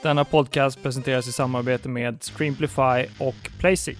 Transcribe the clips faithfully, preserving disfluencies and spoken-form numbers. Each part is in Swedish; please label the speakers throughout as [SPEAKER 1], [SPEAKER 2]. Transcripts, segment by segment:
[SPEAKER 1] Denna podcast presenteras i samarbete med Streamplify och Playseat.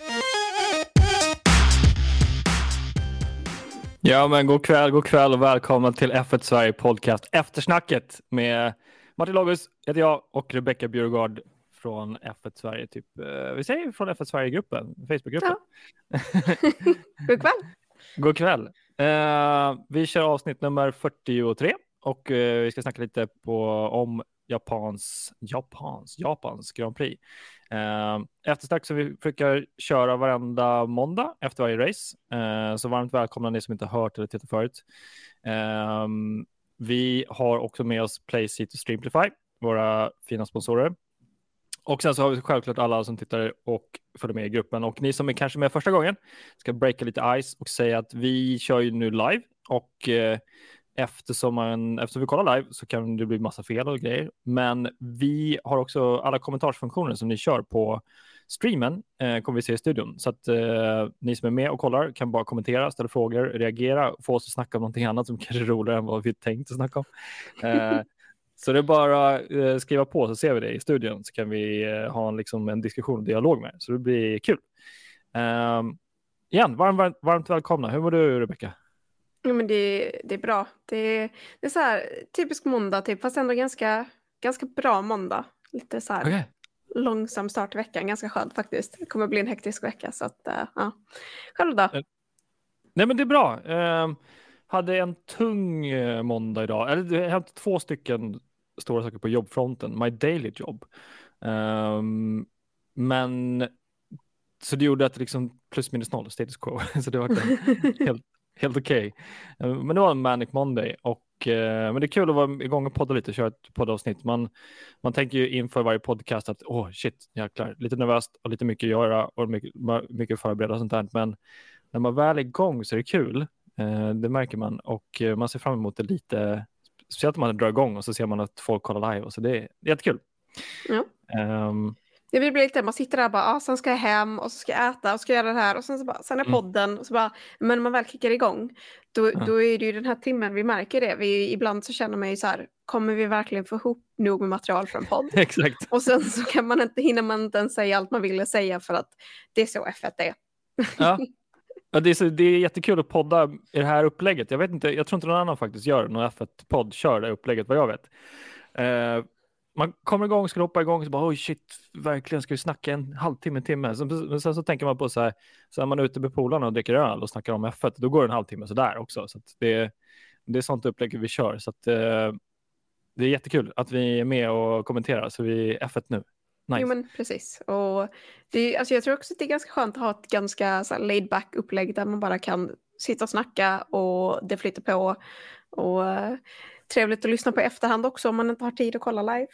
[SPEAKER 1] Ja, men god kväll, god kväll och välkomna till F ett Sverige podcast Eftersnacket med Martin Lagus, heter jag, och Rebecca Bjurgård från F ett Sverige, typ, vi säger från F ett Sverige-gruppen, Facebook-gruppen.
[SPEAKER 2] Ja. God kväll.
[SPEAKER 1] God kväll. Uh, vi kör avsnitt nummer fyrtiotre och uh, vi ska snacka lite på, om Japans, Japans, Japans Grand Prix. Uh, eftersnack som vi brukar köra varenda måndag efter varje race. Uh, så varmt välkomna ni som inte har hört eller tittat förut. Uh, vi har också med oss Playseat och Streamplify, våra fina sponsorer. Och sen så har vi självklart alla som tittar och följer med i gruppen. Och ni som är kanske med första gången ska breaka lite ice och säga att vi kör ju nu live. Och eh, eftersom, man, eftersom vi kollar live så kan det bli massa fel och grejer. Men vi har också alla kommentarsfunktioner som ni kör på streamen eh, kommer vi se i studion. Så att eh, ni som är med och kollar kan bara kommentera, ställa frågor, reagera. Få oss att snacka om någonting annat som kanske är roligare än vad vi tänkt att snacka om. Eh, Så det är bara eh, skriva på så ser vi det i studion så kan vi eh, ha en, liksom, en diskussion och dialog med. Så det blir kul. Um, igen, varmt, varmt, varmt välkomna. Hur mår du, Rebecca?
[SPEAKER 2] Ja, men det, det är bra. Det, det är så här typisk måndag typ, fast ändå ganska, ganska bra måndag. Lite så här
[SPEAKER 1] Okay.
[SPEAKER 2] Långsam start i veckan, ganska skönt faktiskt. Det kommer bli en hektisk vecka så att, uh, ja. Själv då?
[SPEAKER 1] Nej, men det är bra. Um, hade en tung uh, måndag idag. Eller jag hade två stycken stora saker på jobbfronten. My daily job. Um, men så det gjorde att det liksom plus minus noll status quo. Så det var helt, helt okej. Okay. Uh, men det var en manic Monday. Och, uh, men det är kul att vara igång och podda lite och köra ett poddavsnitt. Man, man tänker ju inför varje podcast att åh oh, shit, jäklar. Lite nervöst och lite mycket att göra och mycket, mycket förbereda och sånt där. Men när man väl är igång så är det kul. Uh, det märker man. Och uh, man ser fram emot det lite. Speciellt om man drar igång och så ser man att folk kollar live. Och så det är jättekul.
[SPEAKER 2] Ja.
[SPEAKER 1] Um,
[SPEAKER 2] det blir lite, man sitter där och bara, ah, sen ska jag hem och så ska jag äta och ska jag göra det här. Och sen, så bara, sen är podden mm. och så bara, men när man väl kickar igång, då, uh-huh. då är det ju den här timmen vi märker det. Vi, ibland så känner man ju så här, kommer vi verkligen få ihop nog med material för en podd?
[SPEAKER 1] Exakt.
[SPEAKER 2] Och sen så kan man inte, hinner man inte ens säga allt man ville säga för att det är så F ett är.
[SPEAKER 1] Ja. Ja, det, är så, det är jättekul att podda i det här upplägget. Jag vet inte, jag tror inte någon annan faktiskt gör någon F ett-podd kör det upplägget vad jag vet. Uh, man kommer igång, ska hoppa igång och så bara oj shit, verkligen ska vi snacka en halvtimme, en timme. Sen, sen så tänker man på så här, så är man ute med polarna och dricker öl och snackar om F ett, då går det en halvtimme så där också. Så att det, det är sånt upplägg vi kör. Så att, uh, det är jättekul att vi är med och kommenterar så vi är F ett nu. Nice.
[SPEAKER 2] Jo men precis. Och det, alltså jag tror också att det är ganska skönt att ha ett ganska så här, laid back upplägg där man bara kan sitta och snacka och det flyter på. Och uh, trevligt att lyssna på efterhand också om man inte har tid att kolla live.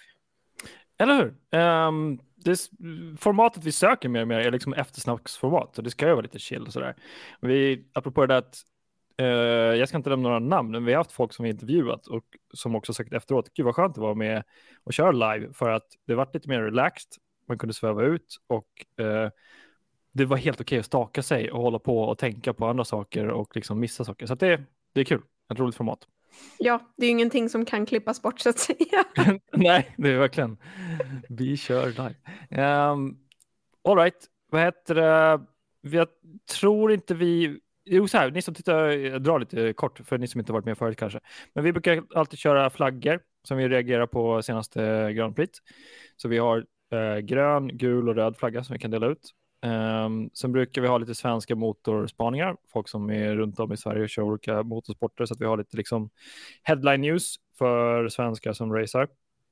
[SPEAKER 1] Eller hur? Um, det, formatet vi söker mer och mer är liksom eftersnacksformat. Och det ska ju vara lite chill och sådär. Vi, apropå det att uh, jag ska inte lämna några namn, men vi har haft folk som vi intervjuat och som också sagt efteråt, gud vad skönt det var med att köra live för att det var lite mer relaxed. Man kunde sväva ut och uh, det var helt okej att staka sig och hålla på och tänka på andra saker och liksom missa saker. Så att det, det är kul. Ett roligt format.
[SPEAKER 2] Ja, det är ju ingenting som kan klippas bort så att säga.
[SPEAKER 1] Nej, det är verkligen. Vi kör live. Um, all right. Vad heter det? Jag tror inte vi... Jo, så här, ni som tittar, jag drar lite kort för ni som inte varit med förut kanske. Men vi brukar alltid köra flaggor som vi reagerar på senaste Grand Prix. Så vi har eh, grön, gul och röd flagga som vi kan dela ut. Um, sen brukar vi ha lite svenska motorspaningar, folk som är runt om i Sverige och kör olika motorsporter, så att vi har lite liksom headline news för svenskar som racer.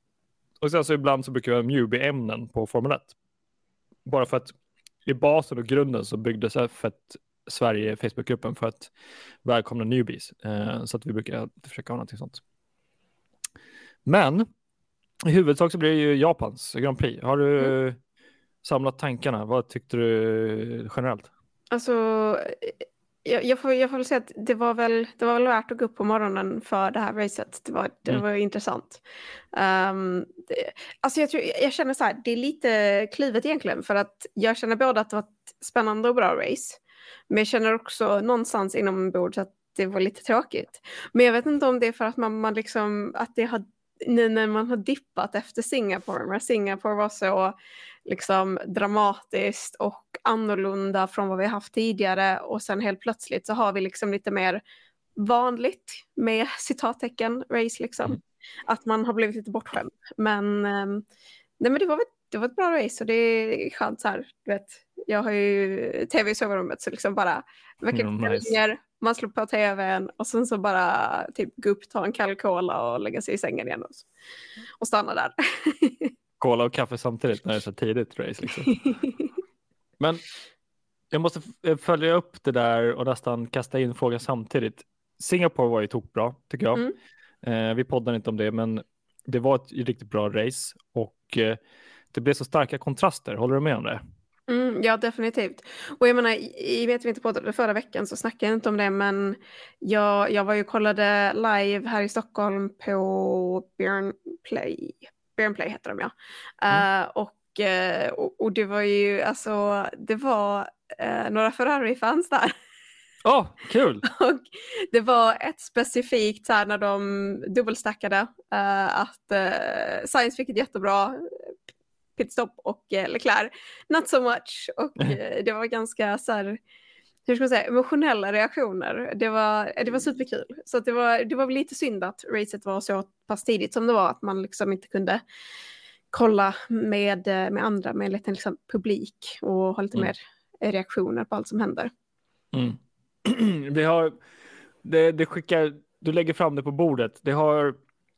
[SPEAKER 1] Och sen så ibland så brukar vi ha newbie-ämnen på Formel ett. Bara för att i basen och grunden så byggdes F ett Sverige Facebookgruppen för att välkomna newbies, uh, så att vi brukar försöka ha något sånt. Men i huvudsak så blir det ju Japans Grand Prix. Har du mm. samlat tankarna? Vad tyckte du generellt?
[SPEAKER 2] Alltså, jag, jag, får, jag får väl säga att det var väl, det var väl värt att gå upp på morgonen för det här racet. Det var, det mm. var intressant. Um, det, alltså jag, tror, jag känner så här, det är lite klivet egentligen. För att jag känner både att det var ett spännande och bra race. Men jag känner också någonstans inombords att det var lite tråkigt. Men jag vet inte om det är för att man, man liksom, att det har nu när man har dippat efter Singapore, när Singapore var så liksom dramatiskt och annorlunda från vad vi haft tidigare, och sen helt plötsligt så har vi liksom lite mer vanligt med citattecken race liksom. Mm. Att man har blivit lite bortskämd. Men, um, nej, men det var, det var ett bra race, och det är skönt så här, du vet, jag har ju tv i sovrummet, så liksom bara mm, nice. Man slår på tvn och sen så bara typ gå upp, ta en kall cola och lägga sig i sängen igen och, och stanna där.
[SPEAKER 1] Cola och kaffe samtidigt när det är så tidigt race liksom. Men jag måste följa upp det där och nästan kasta in frågan samtidigt. Singapore var ju tokbra, tycker jag. Mm. Eh, vi poddar inte om det, men det var ett riktigt bra race, och eh, det blev så starka kontraster. Håller du med om det?
[SPEAKER 2] Mm, ja, definitivt. Och jag menar, jag vet vi inte poddade förra veckan, så snackade jag inte om det, men jag, jag var ju kollade live här i Stockholm på Björn Play. Björn Play heter de, ja. Mm. Uh, och, uh, och, och det var ju, alltså, det var uh, några Ferrari-fans där.
[SPEAKER 1] Åh, oh, kul!
[SPEAKER 2] Och det var ett specifikt så här när de dubbelstackade uh, att uh, Sainz fick ett jättebra pitstop och uh, Leclerc not so much, och uh, det var ganska så här, hur ska man säga, emotionella reaktioner. Det var, det var superkul. Så att det var, det var lite synd att racet var så pass tidigt som det var, att man liksom inte kunde kolla med, med andra, med lite liksom publik och ha lite mm. mer reaktioner på allt som händer.
[SPEAKER 1] Mm. Det har det, det skickar, du lägger fram det på bordet. Det har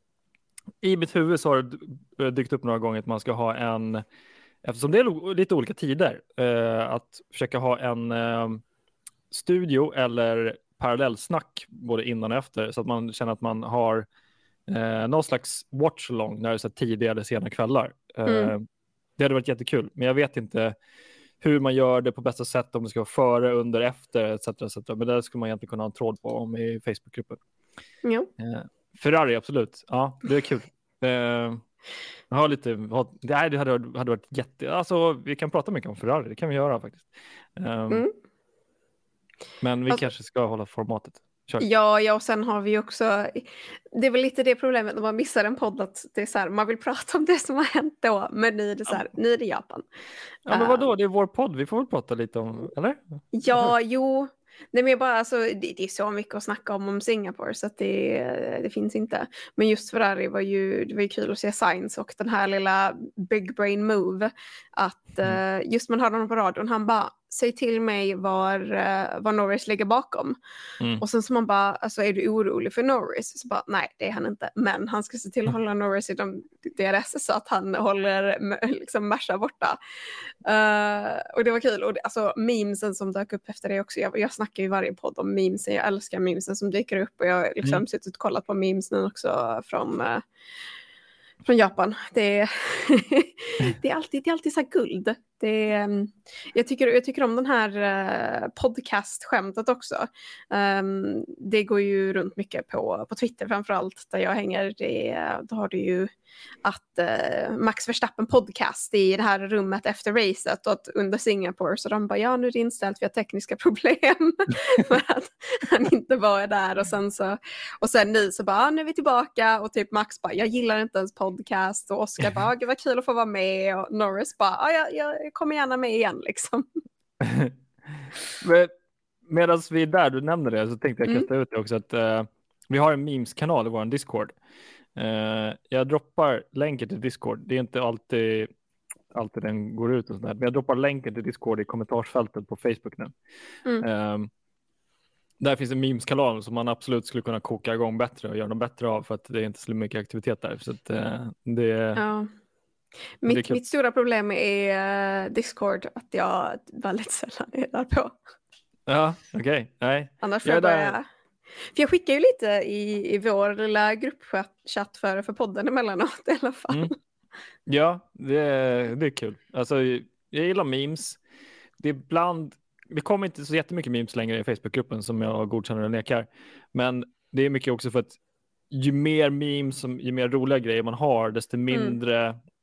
[SPEAKER 1] i mitt huvud så har det dykt upp några gånger att man ska ha en, eftersom det är lite olika tider, eh, att försöka ha en eh, studio eller parallellsnack både innan och efter, så att man känner att man har eh, någon slags watch-along när det är så tidiga eller sena kvällar. Eh, mm. Det hade varit jättekul, men jag vet inte hur man gör det på bästa sätt, om det ska vara före, under, efter et cetera et cetera. Men det skulle man egentligen kunna ha en tråd på om i Facebookgruppen.
[SPEAKER 2] Ja.
[SPEAKER 1] Eh, Ferrari, absolut. Ja, det är kul. Eh, jag har lite, det hade, hade varit jätte... Alltså, vi kan prata mycket om Ferrari, det kan vi göra faktiskt. Eh, mm. Men vi alltså, kanske ska hålla formatet. Kör.
[SPEAKER 2] Ja, ja, och sen har vi också, det är väl lite det problemet när man missar en podd, att det är så här, man vill prata om det som har hänt då, men nu är det så här, nu är det Japan.
[SPEAKER 1] Ja, men vadå, det är vår podd, vi får väl prata lite om, eller?
[SPEAKER 2] Ja, jo, nej, men bara, alltså, det, det är så mycket att snacka om om Singapore, så att det, det finns inte. Men just Ferrari var ju, det var ju kul att se Sainz och den här lilla big brain move, att mm. uh, just man hörde honom på radion, han bara, säg till mig var, uh, var Norris ligger bakom. Mm. Och sen så man bara, alltså är du orolig för Norris? Så bara, nej det är han inte. Men han ska se till att hålla Norris i de D R S så att han håller liksom Merca borta. Uh, och det var kul. Och det, alltså memesen som dök upp efter det också. Jag, jag snackar ju varje podd om memesen. Jag älskar memesen som dyker upp. Och jag har liksom mm. suttit och kollat på memesen också från... Uh, Från Japan. Det är, det är alltid, det är alltid så här guld. Det är, jag, tycker, jag tycker om den här uh, podcast-skämtet också. Um, det går ju runt mycket på, på Twitter framförallt, där jag hänger. Det, då har du ju att uh, Max Verstappen podcast i det här rummet efter racet, och att under Singapore så de bara, ja nu är det inställt, vi har tekniska problem för att han inte var där, och sen så och sen nu så bara, nu är vi tillbaka, och typ Max bara, jag gillar inte ens podcast, och Oscar bara, det var kul att få vara med, och Norris bara, ja, jag, jag kommer gärna med igen liksom.
[SPEAKER 1] Medan vi är där, du nämner det, så tänkte jag kasta mm. ut det också, att uh, vi har en memes-kanal i vår Discord. Uh, jag droppar länken till Discord. Det är inte alltid, alltid den går ut och sådär, men jag droppar länken till Discord i kommentarsfältet på Facebook nu. Mm. Uh, där finns en memes-kanal som man absolut skulle kunna koka igång bättre och göra något bättre av, för att det är inte så mycket aktivitet där. Så att, uh, det,
[SPEAKER 2] ja. mitt, mitt stora problem är uh, Discord, att jag väldigt sällan är där på.
[SPEAKER 1] Ja, okej. Okay. Nej.
[SPEAKER 2] Annars får jag börja... För jag skickar ju lite i, i vår lilla gruppchatt för, för podden emellanåt i alla fall. Mm.
[SPEAKER 1] Ja, det är, det är kul. Alltså, jag gillar memes. Det är ibland, det kommer inte så jättemycket memes längre i Facebookgruppen som jag godkänner och nekar. Men det är mycket också för att ju mer memes, ju mer roliga grejer man har, desto mindre mm.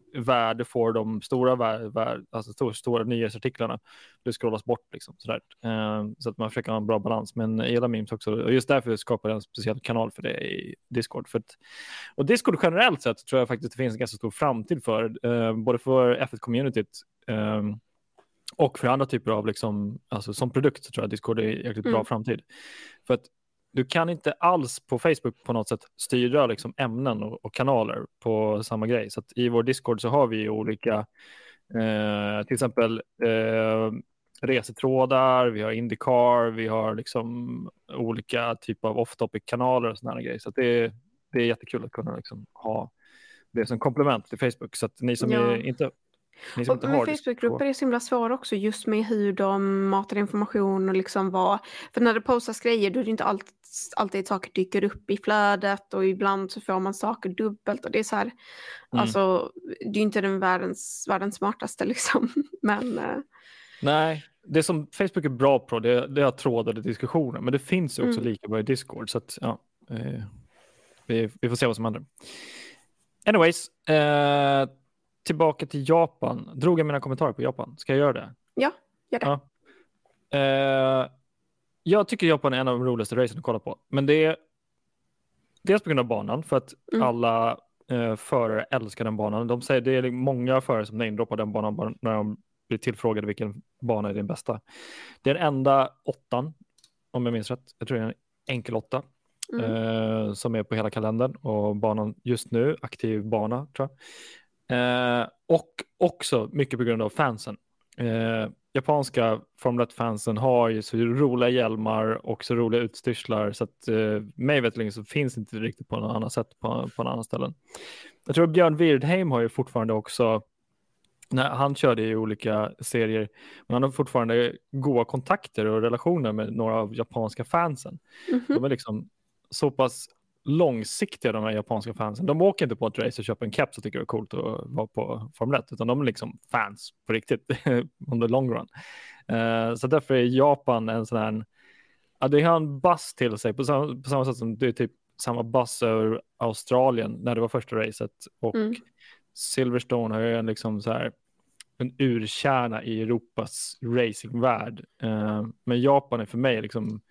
[SPEAKER 1] värde får de stora, vär, vär, alltså stora, stora nyhetsartiklarna. Det scrollas bort liksom, sådär. Eh, så att man försöker ha en bra balans. Men jag gillar memes också. Och just därför skapar jag en speciell kanal för det i Discord. För att, och Discord generellt sett tror jag faktiskt det finns en ganska stor framtid för. Eh, både för F ett-communityt eh, och för andra typer av, liksom, alltså som produkt så tror jag Discord är en jäkligt bra
[SPEAKER 2] Mm.
[SPEAKER 1] framtid. För att du kan inte alls på Facebook på något sätt styra liksom ämnen och, och kanaler på samma grej. Så att i vår Discord så har vi olika, eh, till exempel eh, resetrådar, vi har Indycar, vi har liksom olika typer av off-topic-kanaler och sådana grejer. Så att det, är, det är jättekul att kunna liksom ha det som komplement till Facebook. Så att ni som
[SPEAKER 2] Ja.
[SPEAKER 1] är inte... Ni som
[SPEAKER 2] Och
[SPEAKER 1] inte
[SPEAKER 2] med
[SPEAKER 1] har
[SPEAKER 2] Facebookgrupper är det så himla svårt också just med hur de matar information och liksom vad, för när det postas grejer då är det inte alltid, alltid saker dyker upp i flödet och ibland så får man saker dubbelt och det är så här,
[SPEAKER 1] Mm.
[SPEAKER 2] alltså det är inte den världens, världens smartaste liksom, men eh,
[SPEAKER 1] Nej, det som Facebook är bra på det, det är trådade diskussioner, men det finns ju också
[SPEAKER 2] Mm.
[SPEAKER 1] lika bra i Discord så att ja, eh, vi, vi får se vad som händer. Anyways, eh, tillbaka till Japan. Drog jag mina kommentarer på Japan? Ska jag göra det?
[SPEAKER 2] ja, gör det.
[SPEAKER 1] Ja. Eh, jag tycker Japan är en av de roligaste racen att kolla på. Men det är dels på grund av banan, för att
[SPEAKER 2] Mm.
[SPEAKER 1] alla eh, förare älskar den banan. De säger det är många förare som namedroppar den banan bara när de blir tillfrågade vilken bana är din bästa. Det är den enda åttan, om jag minns rätt. Jag tror det är en enkel åtta.
[SPEAKER 2] Mm.
[SPEAKER 1] Eh, som är på hela kalendern och banan just nu, aktiv bana tror jag. Eh, och också mycket på grund av fansen. Eh, japanska Formel ett-fansen har ju så roliga hjälmar och så roliga utstyrslar så att eh, mig veterligen så finns det inte riktigt på något annat sätt på, på någon annan ställen. Jag tror att Björn Wirdheim har ju fortfarande också, när han körde i olika serier, men han har fortfarande goda kontakter och relationer med några av japanska fansen.
[SPEAKER 2] Mhm.
[SPEAKER 1] De är liksom så pass långsiktiga, de här japanska fansen. De åker inte på ett race och köper en keps och tycker det är coolt att vara på Formel ett, utan de är liksom fans på riktigt on the long run. Uh, så därför är Japan en sån här, ja, det har en buzz till sig på samma, på samma sätt som det är typ samma buzz över Australien när det var första racet och
[SPEAKER 2] Mm.
[SPEAKER 1] Silverstone har ju en liksom så här en urkärna i Europas racingvärld. Uh, men Japan är för mig liksom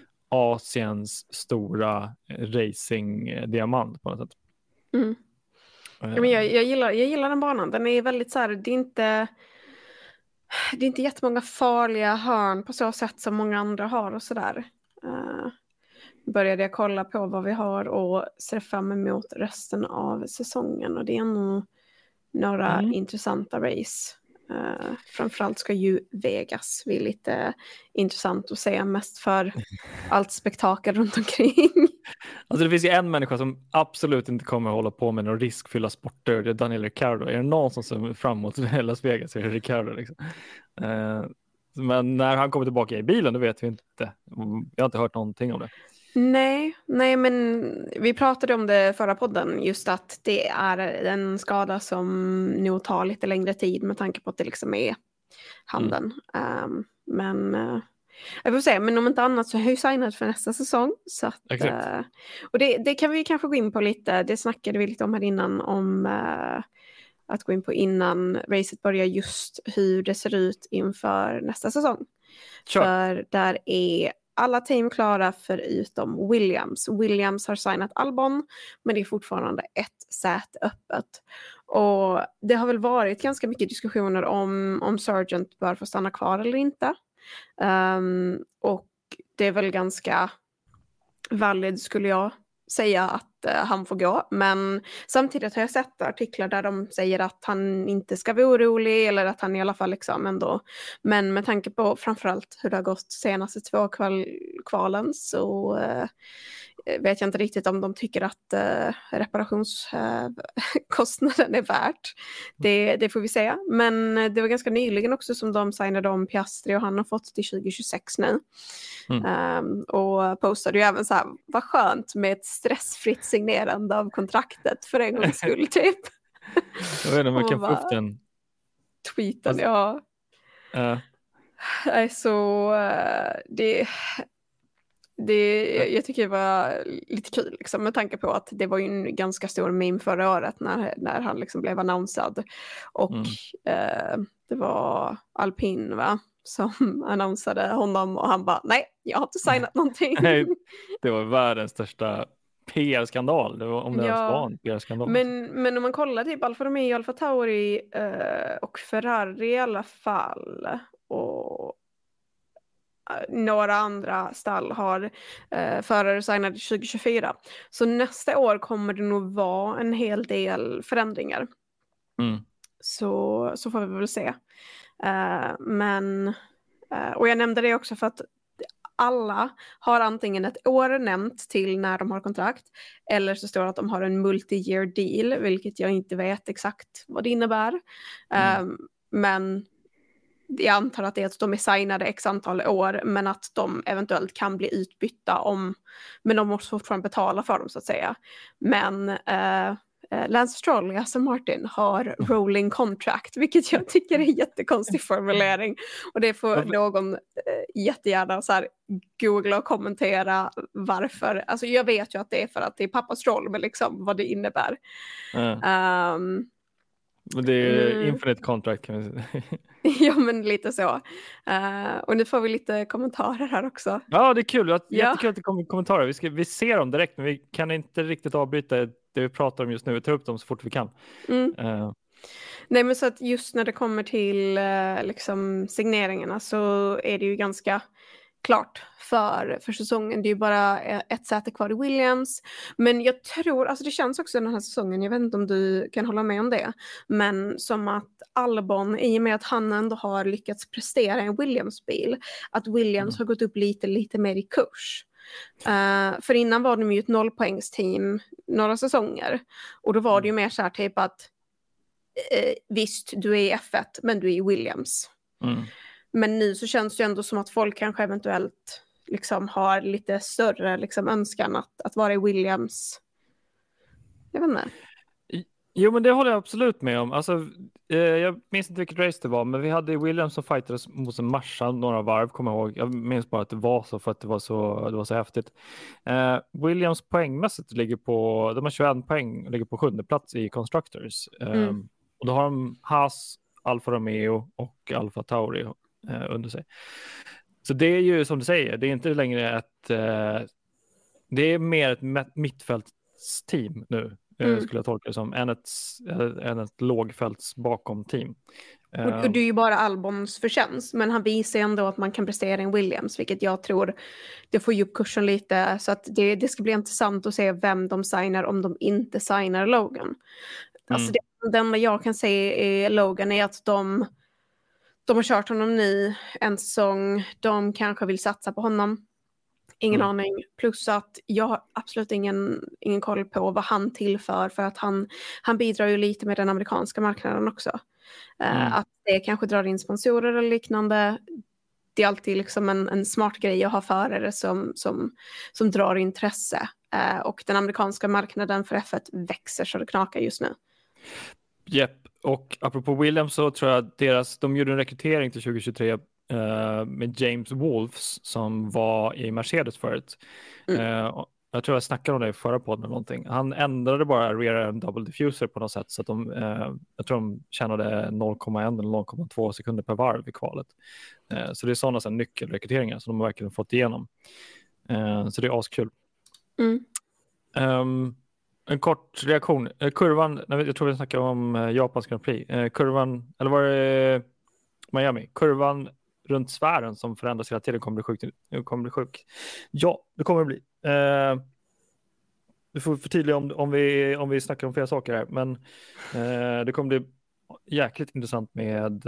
[SPEAKER 1] Asiens stora racingdiamant på något sätt.
[SPEAKER 2] Mm. Ja, men jag, jag, gillar, jag gillar den banan. Den är väldigt så här, det är inte det är inte jättemånga farliga hörn på så sätt som många andra har och sådär. Uh, började jag kolla på vad vi har och ser fram emot resten av säsongen och det är nog några
[SPEAKER 1] Mm.
[SPEAKER 2] intressanta race. Uh, framförallt ska ju Vegas bli lite intressant att se, mest för allt spektakel runt omkring.
[SPEAKER 1] Alltså det finns ju en människa som absolut inte kommer att hålla på med några riskfyllda sporter, det är Daniel Ricciardo. Är det någon som ser fram emot Las Vegas så är det Ricciardo liksom. Uh, men när han kommer tillbaka i bilen då vet vi inte. Jag har inte hört någonting om det.
[SPEAKER 2] Nej, nej, men vi pratade om det förra podden, just att det är en skada som nog tar lite längre tid med tanke på att det liksom är handen. Mm. Um, men uh, jag får se, men om inte annat så är jag ju signad för nästa säsong. Så att, uh, och det, det kan vi kanske gå in på lite, det snackade vi lite om här innan, om uh, att gå in på innan racet börjar, just hur det ser ut inför nästa säsong. Sure. För där är alla team klara förutom Williams. Williams har signat Albon, men det är fortfarande ett säte öppet. Och det har väl varit ganska mycket diskussioner om om Sargent bör få stanna kvar eller inte. Um, och det är väl ganska valid, skulle jag säga, att uh, han får gå. Men samtidigt har jag sett artiklar där de säger att han inte ska vara orolig, eller att han i alla fall liksom ändå. Men med tanke på framförallt hur det har gått senaste två kval- kvalen så uh, vet jag inte riktigt om de tycker att uh, reparationskostnaden uh, är värt. Det, det får vi se. Men det var ganska nyligen också som de signade om Piastri och han har fått till tjugo tjugosex nu. Mm. Um, och postade ju även så här, vad skönt med ett stressfritt signerande av kontraktet för en gångs skull typ.
[SPEAKER 1] Jag vet inte om man kan få upp den.
[SPEAKER 2] Tweeten, alltså, ja.
[SPEAKER 1] Uh.
[SPEAKER 2] Så uh, det Det, jag tycker det var lite kul liksom, med tanke på att det var ju en ganska stor meme förra året när, när han liksom blev annonsad. Och
[SPEAKER 1] Mm.
[SPEAKER 2] eh, det var Alpin va? Som annonsade honom och han bara nej, jag har inte signat någonting.
[SPEAKER 1] Nej, det var världens största P R-skandal. Det var, om det
[SPEAKER 2] Ja,
[SPEAKER 1] ens var en P R-skandal.
[SPEAKER 2] Men, men om man kollar typ Alfa Romeo, Alfa Tauri eh, och Ferrari i alla fall och några andra stall har eh, förare signade tjugo tjugofyra. Så nästa år kommer det nog vara en hel del förändringar.
[SPEAKER 1] Mm.
[SPEAKER 2] Så, så får vi väl se. Uh, men, uh, och jag nämnde det också för att alla har antingen ett år nämnt till när de har kontrakt eller så står det att de har en multi-year deal, vilket jag inte vet exakt vad det innebär. Mm. Uh, men jag antar att det är att de är signade x antal år men att de eventuellt kan bli utbytta om, men de måste fortfarande betala för dem så att säga. Men uh, Lance Stroll och Aston Martin har rolling contract, vilket jag tycker är en jättekonstig formulering. Och det får någon eh, jättegärna så här googla och kommentera varför. Alltså jag vet ju att det är för att det är pappa Stroll, men liksom vad det innebär.
[SPEAKER 1] Mm. Um, men det är mm. infinite contract kan vi säga.
[SPEAKER 2] Ja, men lite så. Uh, och nu får vi lite kommentarer här också.
[SPEAKER 1] Ja, det är kul. Ja. Jättekul att det kommer kommentarer. Vi, ska, vi ser dem direkt, men vi kan inte riktigt avbryta det vi pratar om just nu. Vi tar upp dem så fort vi kan.
[SPEAKER 2] Mm. Uh. Nej, men så att just när det kommer till uh, liksom signeringarna så är det ju ganska klart för, för säsongen. Det är ju bara ett säte kvar i Williams. Men jag tror, alltså det känns också den här säsongen, jag vet inte om du kan hålla med om det, men som att Albon, i och med att han ändå har lyckats prestera en Williams-bil, att Williams mm. har gått upp lite, lite mer i kurs. Uh, för innan var de ju ett nollpoängsteam några säsonger. Och då var det ju mer så här typ att uh, visst, du är i F ett, men du är i Williams.
[SPEAKER 1] Mm.
[SPEAKER 2] Men nu så känns det ändå som att folk kanske eventuellt liksom har lite större liksom önskan att, att vara i Williams. Jag vet inte.
[SPEAKER 1] Jo, men det håller jag absolut med om. Alltså, eh, jag minns inte vilket race det var, men vi hade Williams som fightades mot en Merca några varv, kommer jag ihåg. Jag minns bara att det var så för att det var så, det var så häftigt. Eh, Williams poängmässigt ligger på, de har tjugoett poäng och ligger på sjunde plats i Constructors. Eh, mm. Och då har de Haas, Alfa Romeo och Alfa Tauri eh, under sig. Så det är ju som du säger, det är inte längre ett, eh, det är mer ett mittfältsteam nu. Mm. skulle jag tolka det som, än ett, än ett lågfälts bakom team.
[SPEAKER 2] Och, och det är ju bara Albons förtjänst, men han visar ändå att man kan prestera en Williams, vilket jag tror det får ju upp kursen lite, så att det, det ska bli intressant att se vem de signar om de inte signar Logan. Mm. Alltså det, det enda jag kan säga är Logan är att de, de har kört honom nu en säsong, de kanske vill satsa på honom. Ingen mm. aning. Plus att jag har absolut ingen, ingen koll på vad han tillför, för att han, han bidrar ju lite med den amerikanska marknaden också. Mm. Uh, att det kanske drar in sponsorer eller liknande. Det är alltid liksom en, en smart grej att ha förare som, som, som drar intresse. Uh, och den amerikanska marknaden för F ett växer så det knakar just nu.
[SPEAKER 1] Japp, och apropå Williams så tror jag att deras, de gjorde en rekrytering till tjugo tjugotre Uh, med James Wolfs som var i Mercedes förut. Mm. Uh, jag tror jag snackade om det i förra podden eller någonting. Han ändrade bara rear end double diffuser på något sätt så att de, uh, jag tror de tjänade noll komma ett eller noll komma två sekunder per varv i kvalet. Uh, så det är sådana så här, nyckelrekryteringar som de har verkligen fått igenom. Uh, så det är askul.
[SPEAKER 2] Mm.
[SPEAKER 1] Um, en kort reaktion. Uh, kurvan, jag tror vi snackade om uh, Japans Grand Prix. Uh, kurvan, eller var det Miami? Kurvan runt sfären som förändras hela tiden kommer bli sjukt. Det kommer bli sjukt. Ja, det kommer det bli. Eh, du får förtydliga om, om, vi, om vi snackar om flera saker här. Men eh, det kommer bli jäkligt intressant med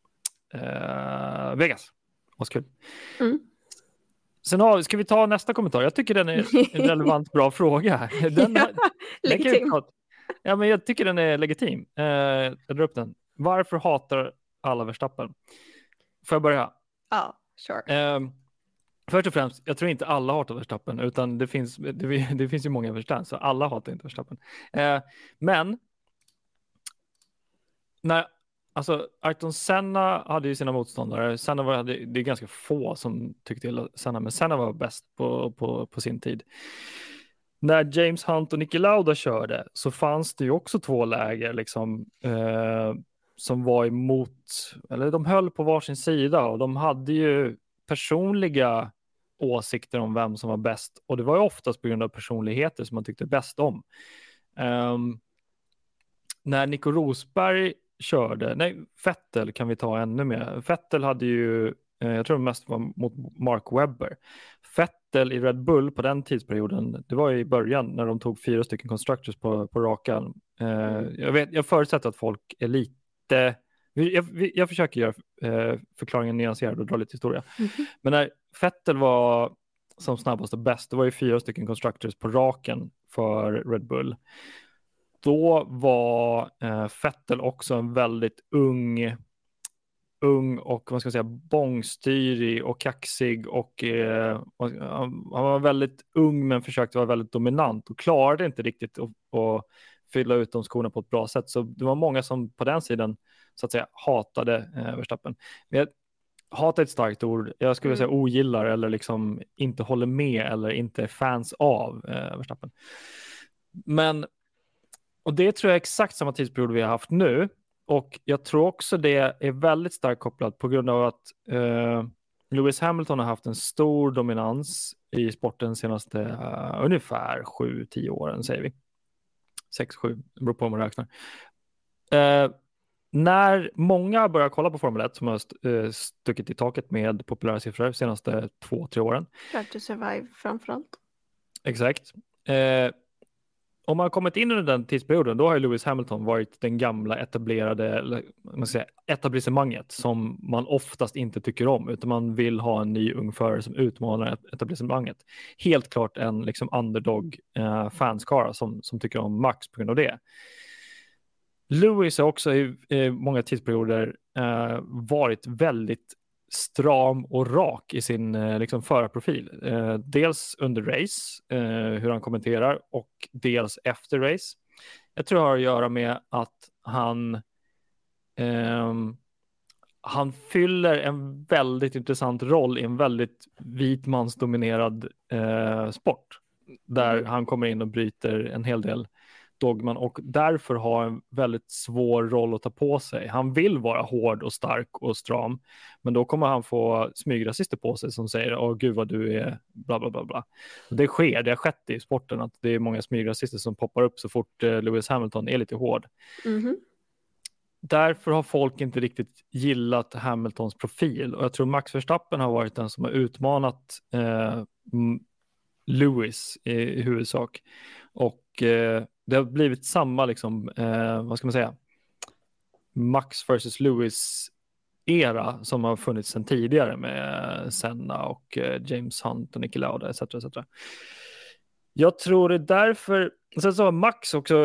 [SPEAKER 1] eh, Vegas. Vad kul.
[SPEAKER 2] Mm.
[SPEAKER 1] Sen har, ska vi ta nästa kommentar? Jag tycker den är en relevant bra fråga. Den,
[SPEAKER 2] ja, legitim.
[SPEAKER 1] Den ja, men jag tycker den är legitim. Eh, jag drar upp den. Varför hatar alla Verstappen? Får jag börja?
[SPEAKER 2] Ja, sure.
[SPEAKER 1] Um, först och främst, jag tror inte alla hatar Verstappen, utan det finns, det, det finns ju många Verstappen, så alla hatar inte Verstappen. Uh, men när alltså Ayrton Senna hade ju sina motståndare. Senna var, det, det är ganska få som tyckte illa Senna, men Senna var bäst på, på, på sin tid. När James Hunt och Niki Lauda körde så fanns det ju också två läger liksom, eh, som var emot, eller de höll på varsin sida och de hade ju personliga åsikter om vem som var bäst, och det var ju oftast på grund av personligheter som man tyckte bäst om. Um, när Nico Rosberg körde, nej, Vettel kan vi ta ännu mer. Vettel hade ju, eh, jag tror mest var mot Mark Webber. Vettel i Red Bull på den tidsperioden, det var i början när de tog fyra stycken constructors på, på rakan. Eh, jag, vet, jag förutsätter att folk är lite, jag, jag försöker göra eh, förklaringen nyanserad och dra lite historia. Mm-hmm. Men när Vettel var som snabbast och bäst, det var ju fyra stycken constructors på raken för Red Bull. Då var eh, Vettel också en väldigt ung, ung och vad ska man säga, bångstyrig och kaxig och eh, han var väldigt ung men försökte vara väldigt dominant och klarade inte riktigt att, att fylla ut de skorna på ett bra sätt. Så det var många som på den sidan så att säga hatade eh, Verstappen. Men hata är ett starkt ord. Jag skulle mm. säga ogillar eller liksom inte håller med eller inte är fans av eh, Verstappen. Men och det tror jag är exakt samma tidsperiod vi har haft nu. Och jag tror också det är väldigt starkt kopplat på grund av att eh, Lewis Hamilton har haft en stor dominans i sporten de senaste uh, ungefär sju tio åren, säger vi. sex sju, det beror på om man räknar. Eh, när många börjar kolla på Formel ett som har st- uh, stuckit i taket med populära siffror de senaste två tre åren.
[SPEAKER 2] Drive to Survive framförallt.
[SPEAKER 1] Exakt. Eh, Om man har kommit in under den tidsperioden, då har Lewis Hamilton varit den gamla etablerade, eller, man ska säga, etablissemanget som man oftast inte tycker om, utan man vill ha en ny ung förare som utmanar etablissemanget. Helt klart en liksom underdog eh, fanskara som, som tycker om Max på grund av det. Lewis har också i, i många tidsperioder eh, varit väldigt stram och rak i sin eh, liksom förarprofil. Eh, dels under race, eh, hur han kommenterar, och dels efter race. Jag tror det har att göra med att han eh, han fyller en väldigt intressant roll i en väldigt vitmansdominerad eh, sport. Där mm. han kommer in och bryter en hel del dogman och därför har en väldigt svår roll att ta på sig. Han vill vara hård och stark och stram, men då kommer han få smygrasister på sig som säger åh gud vad du är bla bla bla bla. Det sker, det har skett i sporten att det är många smygrasister som poppar upp så fort eh, Lewis Hamilton är lite hård. Mm-hmm. Därför har folk inte riktigt gillat Hamiltons profil och jag tror Max Verstappen har varit den som har utmanat eh, Lewis i, i huvudsak och eh, det har blivit samma liksom, eh, vad ska man säga, Max versus Lewis era som har funnits sedan tidigare med Senna och eh, James Hunt och Niki Lauda et cetera et cetera. Jag tror det är därför, sen så har Max också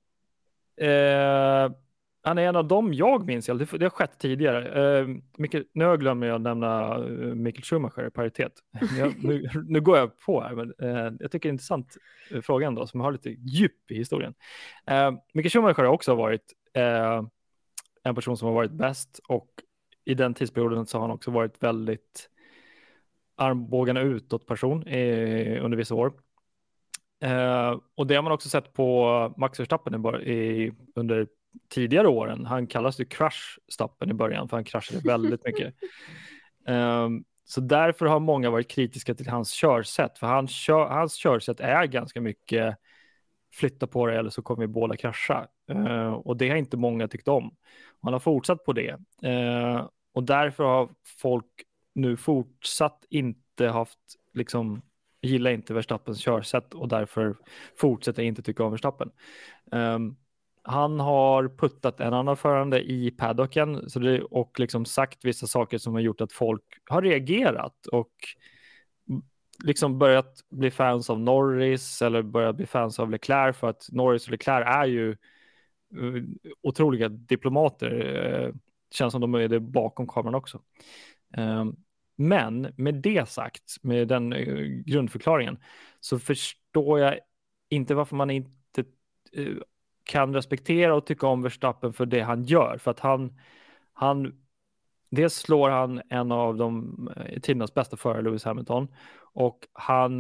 [SPEAKER 1] eh, han är en av dem jag minns, det, det har skett tidigare. Eh, Mikael, nu glömmer jag nämna uh, Michael Schumacher i paritet. Jag, nu, nu går jag på här, men eh, jag tycker det är en intressant uh, fråga ändå, som har lite djup i historien. Eh, Michael Schumacher har också varit eh, en person som har varit bäst, och i den tidsperioden så har han också varit väldigt armbågarna utåt person eh, under vissa år. Eh, och det har man också sett på Max Verstappen i, i, under tidigare åren. Han kallas ju Crash-stappen i början för han kraschade väldigt mycket. Um, så därför har många varit kritiska till hans körsätt, för han kör, hans körsätt är ganska mycket flytta på det eller så kommer vi båda krascha. Uh, och det har inte många tyckt om. Han har fortsatt på det. Uh, och därför har folk nu fortsatt inte haft liksom gillar inte Verstappens körsätt och därför fortsätter inte tycka om Verstappen. Um, Han har puttat en annan förande i paddocken så det, och liksom sagt vissa saker som har gjort att folk har reagerat och liksom börjat bli fans av Norris eller börjat bli fans av Leclerc, för att Norris och Leclerc är ju uh, otroliga diplomater. Uh, känns som de är det bakom kameran också. Uh, men med det sagt, med den uh, grundförklaringen, så förstår jag inte varför man inte uh, kan respektera och tycka om Verstappen för det han gör. För att han, han dels slår han en av de tidernas bästa förare, Lewis Hamilton, och han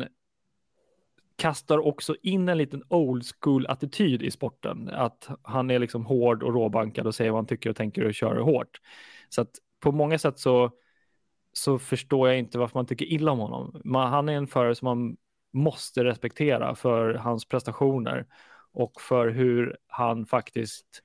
[SPEAKER 1] kastar också in en liten old school attityd i sporten. Att han är liksom hård och råbankad och säger vad han tycker och tänker och kör hårt. Så att på många sätt så, så förstår jag inte varför man tycker illa om honom. Man, han är en förare som man måste respektera för hans prestationer och för hur han faktiskt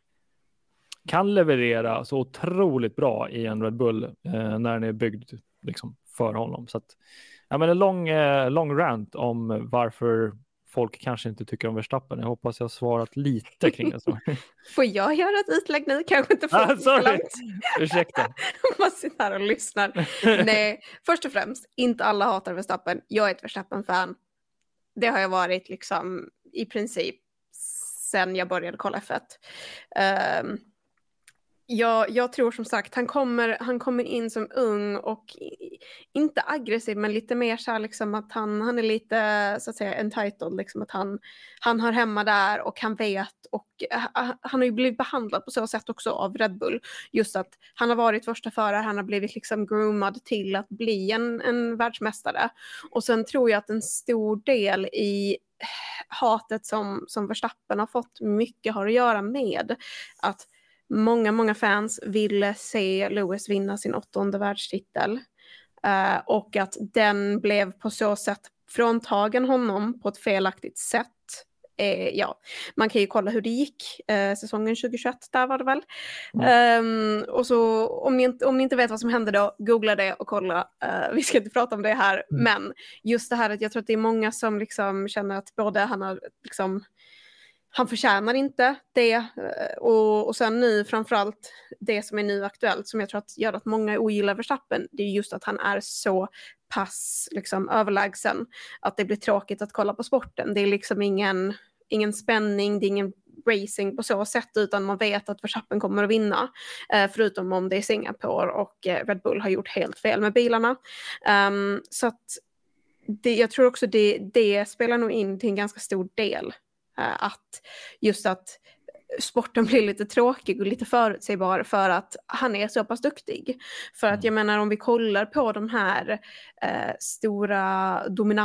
[SPEAKER 1] kan leverera så otroligt bra i en Red Bull eh, när den är byggd liksom, för honom. Så att, ja, men en lång, eh, lång rant om varför folk kanske inte tycker om Verstappen. Jag hoppas jag har svarat lite kring det. Så.
[SPEAKER 2] Får jag göra ett utlägg nu? Kanske inte för
[SPEAKER 1] ah, sorry. Ursäkta.
[SPEAKER 2] Man sitter här och lyssnar. Nej, först och främst, inte alla hatar Verstappen. Jag är ett Verstappen-fan. Det har jag varit liksom i princip sen jag började kolla F ett. Um, jag, jag tror som sagt, han kommer, han kommer in som ung och inte aggressiv, men lite mer så här liksom att han, han är lite så att säga entitled, liksom att han, han har hemma där och han vet, och han har ju blivit behandlad på så sätt också av Red Bull, just att han har varit första förare, han har blivit liksom groomad till att bli en, en världsmästare, och sen tror jag att en stor del i hatet som, som Verstappen har fått mycket har att göra med att många, många fans ville se Lewis vinna sin åttonde världstitel. Uh, och att den blev på så sätt fråntagen honom på ett felaktigt sätt. Eh, ja, man kan ju kolla hur det gick eh, säsongen tjugohundratjugoett, där var det väl. Mm. Um, och så om ni, inte, om ni inte vet vad som hände då, googla det och kolla. Uh, vi ska inte prata om det här, mm. men just det här att jag tror att det är många som liksom känner att både han har liksom, han förtjänar inte det, och, och sen nu framförallt det som är nu aktuellt som jag tror att gör att många ogillar Verstappen, det är just att han är så pass liksom överlägsen att det blir tråkigt att kolla på sporten. Det är liksom ingen, ingen spänning, det är ingen racing på så sätt, utan man vet att Verstappen kommer att vinna, eh, förutom om det är Singapore och eh, Red Bull har gjort helt fel med bilarna. Um, så att det, jag tror också det, det spelar nog in till en ganska stor del. Att just att sporten blir lite tråkig och lite förutsägbar för att han är så pass duktig. För att jag menar, om vi kollar på de här eh, stora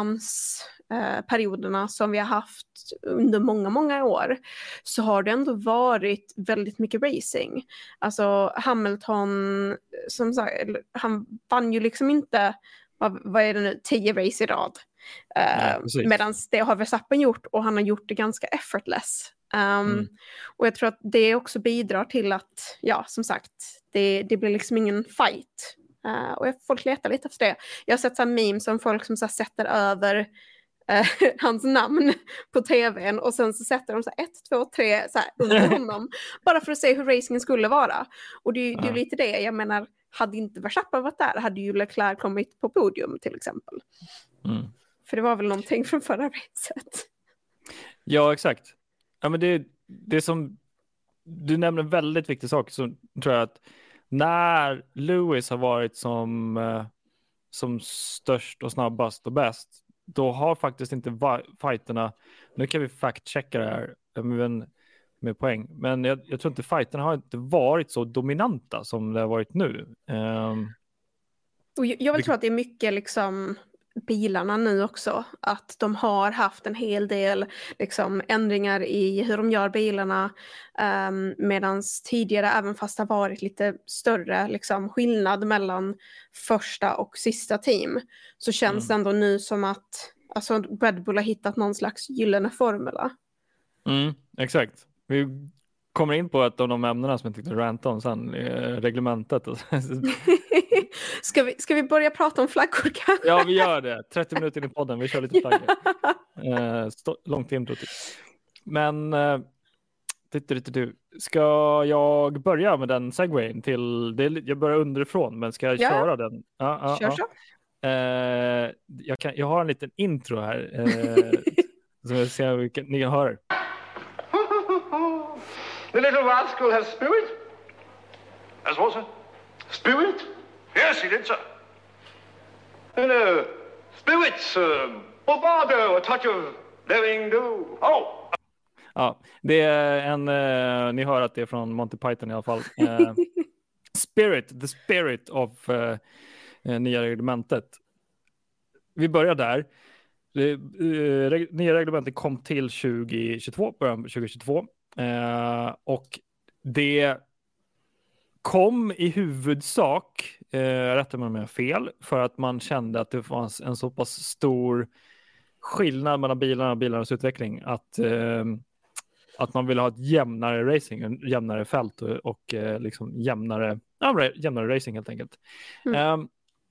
[SPEAKER 2] dominansperioderna eh, som vi har haft under många, många år, så har det ändå varit väldigt mycket racing. Alltså Hamilton, som sagt, han vann ju liksom inte, vad, vad är det nu, tio race i rad. Uh, Medan det har Verstappen gjort, och han har gjort det ganska effortless. Um, mm. Och jag tror att det också bidrar till att, ja, som sagt, det, det blir liksom ingen fight. Uh, och folk letar lite efter det. Jag har sett så här memes som folk som så här sätter över uh, hans namn på tvn, och sen så sätter de så här ett, två, tre så här under honom bara för att se hur racingen skulle vara. Och det, det är ju uh. lite det, jag menar, hade inte Verstappen varit där hade ju Leclerc kommit på podium till exempel. Mm. För det var väl någonting från förra racet.
[SPEAKER 1] Ja, exakt. Ja, men det, det som du nämner en väldigt viktig sak, så tror jag att när Lewis har varit som, eh, som störst och snabbast och bäst, då har faktiskt inte va- fighterna, nu kan vi fact-checka det här med, med poäng, men jag, jag tror inte fighterna har inte varit så dominanta som det har varit nu. Um,
[SPEAKER 2] och jag, jag vill det... tro att det är mycket liksom bilarna nu också, att de har haft en hel del liksom ändringar i hur de gör bilarna, um, medan tidigare, även fast det har varit lite större liksom skillnad mellan första och sista team, så känns mm. det ändå nu som att alltså, Red Bull har hittat någon slags gyllene formula.
[SPEAKER 1] Mm, exakt. Vi kommer in på ett av de ämnena som jag tyckte ranta om sen, reglementet. Ska vi,
[SPEAKER 2] ska vi börja prata om flaggor kanske?
[SPEAKER 1] Ja, vi gör det. trettio minuter in i podden, vi kör lite flaggor. eh, stå, långt intro till. Men eh, titta, titta, du. Ska jag börja med den segwayen till, det, jag börjar underifrån, men ska jag ja. köra den? Ja, ja,
[SPEAKER 2] kör
[SPEAKER 1] ja.
[SPEAKER 2] så.
[SPEAKER 1] Eh, jag, kan, jag har en liten intro här. Eh, som jag ser vilken ni hör.
[SPEAKER 3] The little rascal has spirit.
[SPEAKER 4] As what, sir?
[SPEAKER 3] Spirit?
[SPEAKER 4] Yes, he did, sir.
[SPEAKER 3] And, uh, spirits, um, bravado, a touch of daring do.
[SPEAKER 4] Oh!
[SPEAKER 1] Ja, det är en, uh, ni hör att det är från Monty Python i alla fall. Uh, spirit, the spirit of uh, uh, nya reglementet. Vi börjar där. Det, uh, reg- nya reglementet kom till tjugohundratjugotvå, början på tjugohundratjugotvå. Uh, och det kom i huvudsak, uh, rätta mig om jag har fel, för att man kände att det fanns en så pass stor skillnad mellan bilarna och bilarnas utveckling att, uh, att man ville ha ett jämnare racing, en jämnare fält och, och uh, liksom jämnare, ja, jämnare racing helt enkelt. Mm. Um,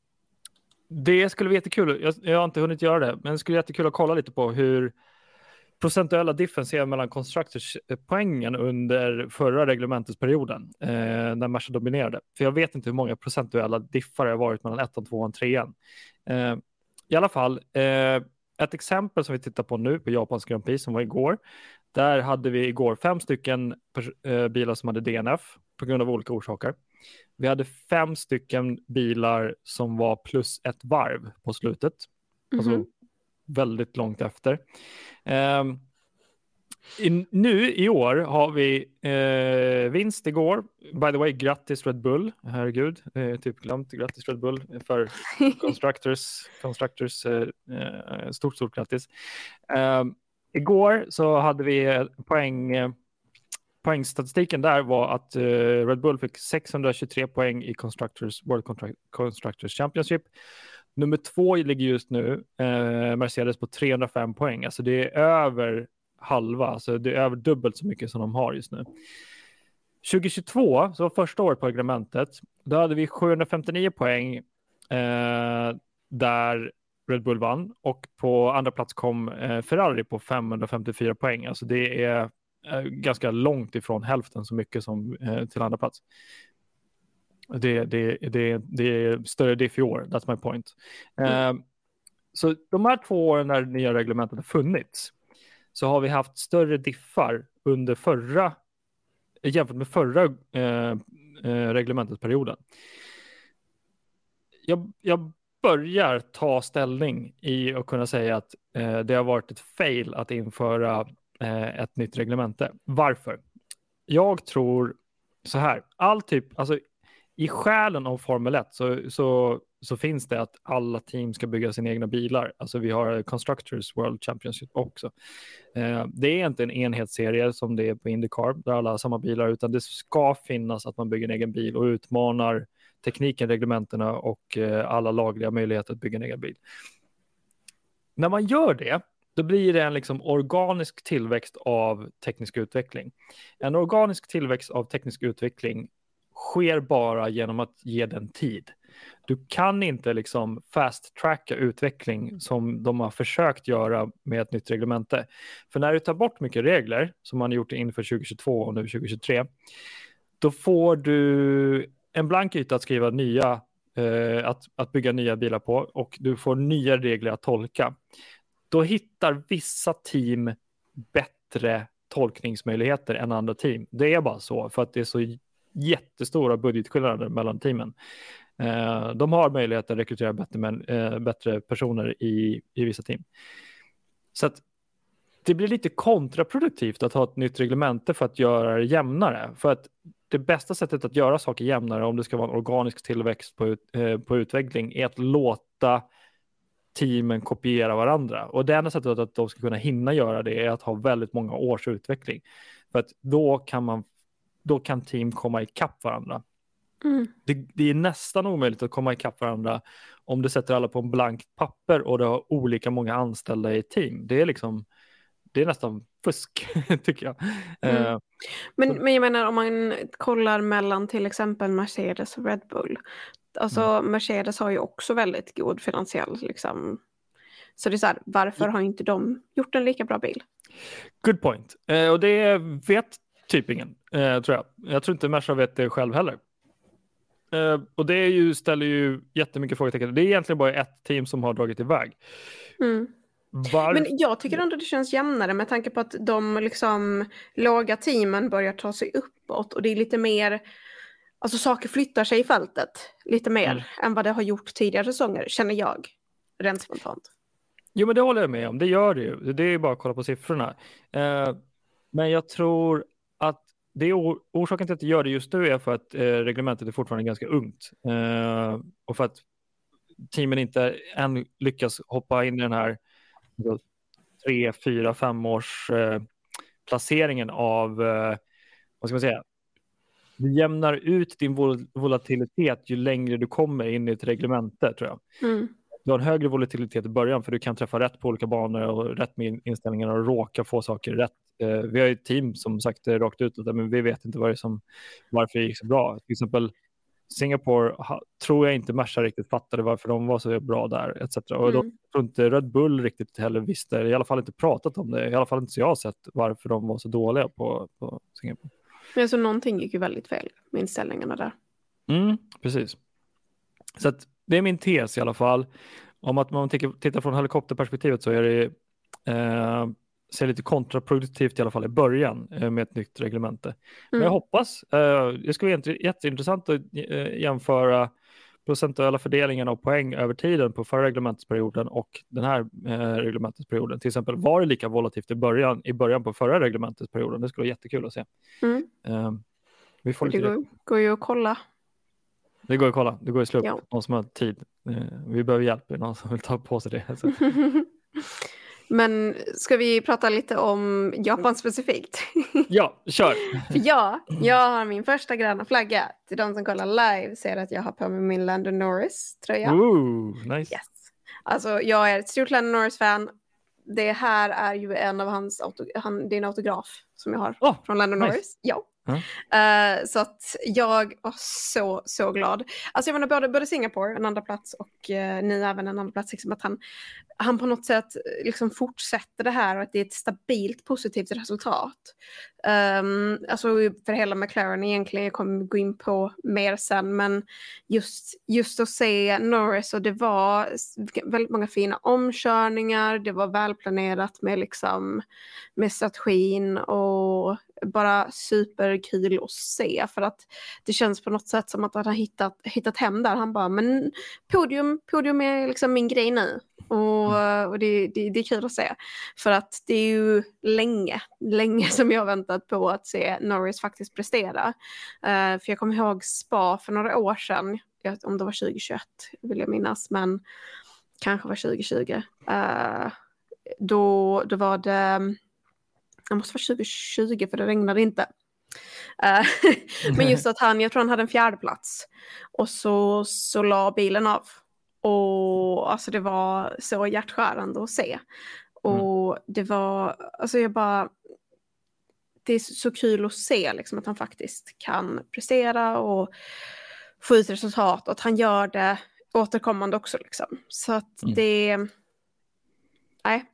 [SPEAKER 1] det skulle vara jättekul, jag, jag har inte hunnit göra det, men det skulle vara jättekul att kolla lite på hur procentuella differenser mellan constructors-poängen under förra reglementesperioden eh, när Merca dominerade. För jag vet inte hur många procentuella diffar det har varit mellan ettan, tvåan och trean. Eh, I alla fall, eh, ett exempel som vi tittar på nu på Japans Grand Prix som var igår. Där hade vi igår fem stycken pers- eh, bilar som hade D N F på grund av olika orsaker. Vi hade fem stycken bilar som var plus ett varv på slutet. Mm-hmm. Alltså väldigt långt efter. Um, i, nu i år har vi uh, vinst igår. By the way, grattis Red Bull. Herregud, uh, typ glömt. Grattis Red Bull för Constructors. Constructors uh, uh, stort, stort grattis. Um, igår så hade vi poäng... Uh, Poängstatistiken där var att uh, Red Bull fick sexhundratjugotre poäng i Constructors, World Contract, Constructors Championship. Nummer två ligger just nu uh, Mercedes på trehundrafem poäng. Alltså det är över halva, alltså det är över dubbelt så mycket som de har just nu. tjugohundratjugotvå, så var första året på reglementet, då hade vi sjuhundrafemtionio poäng uh, där Red Bull vann. Och på andra plats kom uh, Ferrari på femhundrafemtiofyra poäng. Alltså det är ganska långt ifrån hälften så mycket som eh, till andra plats. Det, det, det, det är större diff i år, that's my point. Mm. Eh, så de här två åren när det nya reglementet har funnits så har vi haft större diffar under förra jämfört med förra eh, eh, reglementetsperioden. Jag, jag börjar ta ställning i att kunna säga att eh, det har varit ett fail att införa ett nytt reglemente. Varför? Jag tror så här, all typ, alltså i själen av Formel ett så, så, så finns det att alla team ska bygga sina egna bilar. Alltså vi har Constructors World Championship också. Eh, det är inte en enhetsserie som det är på IndyCar där alla har samma bilar, utan det ska finnas att man bygger en egen bil och utmanar tekniken, reglementerna och eh, alla lagliga möjligheter att bygga en egen bil. När man gör det, då blir det en liksom organisk tillväxt av teknisk utveckling. En organisk tillväxt av teknisk utveckling sker bara genom att ge den tid. Du kan inte liksom fast-tracka utveckling som de har försökt göra med ett nytt reglemente. För när du tar bort mycket regler, som man har gjort inför tjugohundratjugotvå och nu tjugohundratjugotre, då får du en blank yta att skriva nya, eh, att, att bygga nya bilar på, och du får nya regler att tolka. Då hittar vissa team bättre tolkningsmöjligheter än andra team. Det är bara så, för att det är så jättestora budgetskillnader mellan teamen. Eh, de har möjlighet att rekrytera bättre, men, eh, bättre personer i, i vissa team. Så att det blir lite kontraproduktivt att ha ett nytt reglemente för att göra det jämnare. För att det bästa sättet att göra saker jämnare, om det ska vara en organisk tillväxt på, eh, på utveckling, är att låta teamen kopiera varandra. Och det enda sättet att de ska kunna hinna göra det är att ha väldigt många års utveckling. För att då kan man då kan team komma ikapp varandra. Mm. Det, det är nästan omöjligt att komma ikapp varandra om du sätter alla på en blankt papper och du har olika många anställda i ett team. Det är liksom det är nästan fusk, tycker jag. Mm. Uh,
[SPEAKER 2] men, men jag menar, om man kollar mellan till exempel Mercedes och Red Bull. Alltså mm. Mercedes har ju också väldigt god finansiell liksom. Så det är så här, varför har inte de gjort en lika bra bil?
[SPEAKER 1] Good point. Uh, och det vet typ ingen, uh, tror jag. Jag tror inte Merca vet det själv heller. Uh, och det är ju, ställer ju jättemycket frågetecken. Det är egentligen bara ett team som har dragit iväg. Mm. Var...
[SPEAKER 2] Men jag tycker ändå det känns jämnare med tanke på att de liksom låga teamen börjar ta sig uppåt och det är lite mer, alltså saker flyttar sig i fältet lite mer mm. än vad det har gjort tidigare säsonger, känner jag rent spontant.
[SPEAKER 1] Jo, men det håller jag med om, det gör det ju. Det är ju bara att kolla på siffrorna. Uh, Men jag tror att det är or- orsaken till att jag gör det just nu är för att eh, reglementet är fortfarande ganska ungt. Eh, och för att teamen inte än lyckas hoppa in i den här alltså, tre, fyra, fem års eh, placeringen av, eh, vad ska man säga, du jämnar ut din vol- volatilitet ju längre du kommer in i ett reglemente, tror jag.
[SPEAKER 2] Mm.
[SPEAKER 1] Du har en högre volatilitet i början för du kan träffa rätt på olika banor och rätt med inställningar och råka få saker rätt. Eh, vi har ju ett team som sagt det rakt ut, men vi vet inte vad det är som, varför det gick så bra. Till exempel Singapore ha, tror jag inte Merca riktigt fattade varför de var så bra där, et cetera. Och
[SPEAKER 2] Mm.
[SPEAKER 1] de tror inte Red Bull riktigt heller visste, i alla fall inte pratat om det, i alla fall inte så jag har sett varför de var så dåliga på, på Singapore.
[SPEAKER 2] Men så någonting gick ju väldigt fel med inställningarna där.
[SPEAKER 1] Mm, precis. Så att det är min tes i alla fall. Om att man tittar från helikopterperspektivet så är det eh, ser lite kontraproduktivt i alla fall i början eh, med ett nytt reglemente. Mm. Men jag hoppas, eh, det ska vara jätteintressant att eh, jämföra procentuella fördelningen av poäng över tiden på förra reglementsperioden och den här eh, reglementsperioden. Till exempel, var det lika volatilt i början, i början på förra reglementsperioden? Det skulle vara jättekul att se.
[SPEAKER 2] Mm.
[SPEAKER 1] Eh, vi får
[SPEAKER 2] det
[SPEAKER 1] lite
[SPEAKER 2] går, går ju att kolla.
[SPEAKER 1] Det går att kolla, det går att slå upp
[SPEAKER 2] ja.
[SPEAKER 1] någon som har tid. Eh, vi behöver hjälp, någon som vill ta på sig det. Alltså.
[SPEAKER 2] Men ska vi prata lite om Japan specifikt?
[SPEAKER 1] Ja, kör!
[SPEAKER 2] För jag, jag har min första gröna flagga. Till de som kollar live ser att jag har på mig min Lando Norris-tröja.
[SPEAKER 1] Ooh, nice.
[SPEAKER 2] Yes. Alltså, jag är ett stort Lando Norris-fan. Det här är ju en av hans auto, han, det är en autograf som jag har
[SPEAKER 1] oh,
[SPEAKER 2] från Lando
[SPEAKER 1] nice.
[SPEAKER 2] Norris. Ja.
[SPEAKER 1] Huh?
[SPEAKER 2] Uh, så att jag var så, så glad. Alltså jag menar både, både Singapore, en andra plats och uh, ni även en andra plats. Liksom att han, han på något sätt liksom fortsätter det här och att det är ett stabilt positivt resultat. Um, alltså för hela McLaren egentligen, jag kommer gå in på mer sen, men just, just att se Norris, och det var väldigt många fina omkörningar, det var välplanerat med liksom med strategin och bara superkul att se, för att det känns på något sätt som att han har hittat, hittat hem där. Han bara, men podium, podium är liksom min grej nu. Och, mm. och det, det, det är kul att se. För att det är ju länge, länge som jag har väntat på att se Norris faktiskt prestera. Uh, för jag kommer ihåg Spa för några år sedan, om det var tjugohundratjugoett vill jag minnas, men kanske var tjugohundratjugo. Uh, då, då var det... Det måste vara tjugohundratjugo för det regnade inte. Uh, men just att han, jag tror han hade en fjärde plats. Och så, så la bilen av. Och alltså det var så hjärtskärande att se. Och mm. det var, alltså jag bara, det är så kul att se liksom att han faktiskt kan prestera och få ut resultat. Och att han gör det återkommande också liksom. Så att mm. det, nej.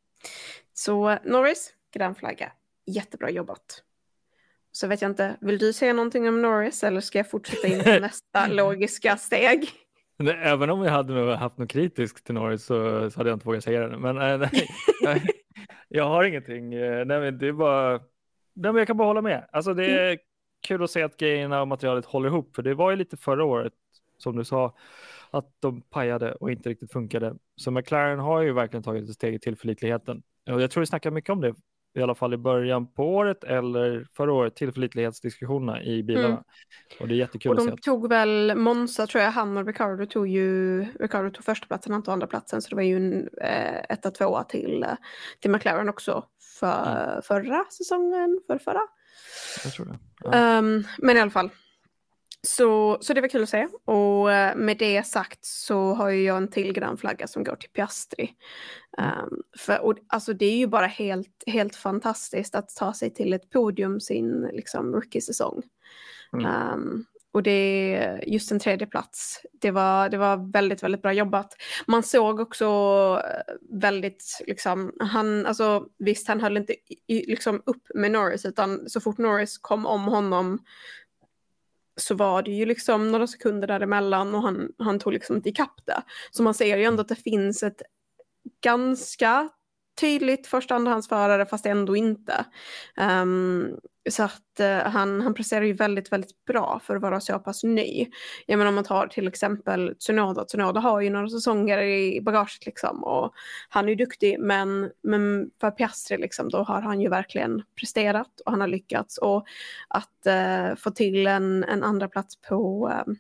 [SPEAKER 2] Så Norris, grön flagga. Jättebra jobbat. Så vet jag inte, vill du säga någonting om Norris eller ska jag fortsätta in på nästa logiska steg?
[SPEAKER 1] Nej, även om jag hade haft något kritiskt till Norris så, så hade jag inte vågat säga det. Men nej, nej, jag har ingenting. Nej, men det är bara, nej, men jag kan bara hålla med. Alltså det är mm. kul att se att grejerna och materialet håller ihop. För det var ju lite förra året, som du sa, att de pajade och inte riktigt funkade. Så McLaren har ju verkligen tagit ett steg i tillförlitligheten. Och jag tror vi snackar mycket om det, i alla fall i början på året eller förra året, tillförlitlighetsdiskussionerna i bilarna. Mm. Och det är jättekul
[SPEAKER 2] och
[SPEAKER 1] att se.
[SPEAKER 2] De tog väl Monza, tror jag, han och Ricardo tog ju, Ricardo tog första platsen, han tog andra platsen, så det var ju en eh, etta, tvåa till, till McLaren också för mm. förra säsongen, för förra.
[SPEAKER 1] Jag tror det. Ja.
[SPEAKER 2] Um, men i alla fall. Så, så det var kul att se. Och med det sagt så har ju jag en till grön flagga som går till Piastri. Mm. Um, för, och, alltså det är ju bara helt, helt fantastiskt att ta sig till ett podium sin liksom, rookie-säsong. Mm. Um, och det är just en tredje plats. Det var, det var väldigt, väldigt bra jobbat. Man såg också väldigt, liksom, han, alltså visst han höll inte i, liksom upp med Norris, utan så fort Norris kom om honom så var det ju liksom några sekunder däremellan och han, han tog liksom inte ikapp det. Så man ser ju ändå att det finns ett ganska tydligt första andrahandsförare fast ändå inte. Um, så att uh, han, han presterar ju väldigt, väldigt bra för att vara så pass ny. Jag menar om man tar till exempel Tsunoda. Tsunoda har ju några säsonger i bagaget liksom och han är ju duktig men, men för Piastri liksom då har han ju verkligen presterat och han har lyckats och att uh, få till en, en andra plats på um,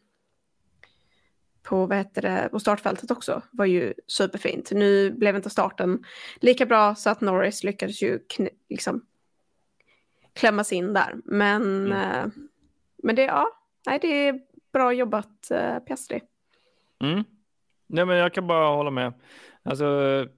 [SPEAKER 2] på, vad heter det, på startfältet också var ju superfint. Nu blev inte starten lika bra så att Norris lyckades ju kn- liksom klämmas in där. Men, mm. eh, men det, ja, nej, det är bra jobbat eh, Piastri.
[SPEAKER 1] Mm. Nej, men jag kan bara hålla med. Alltså,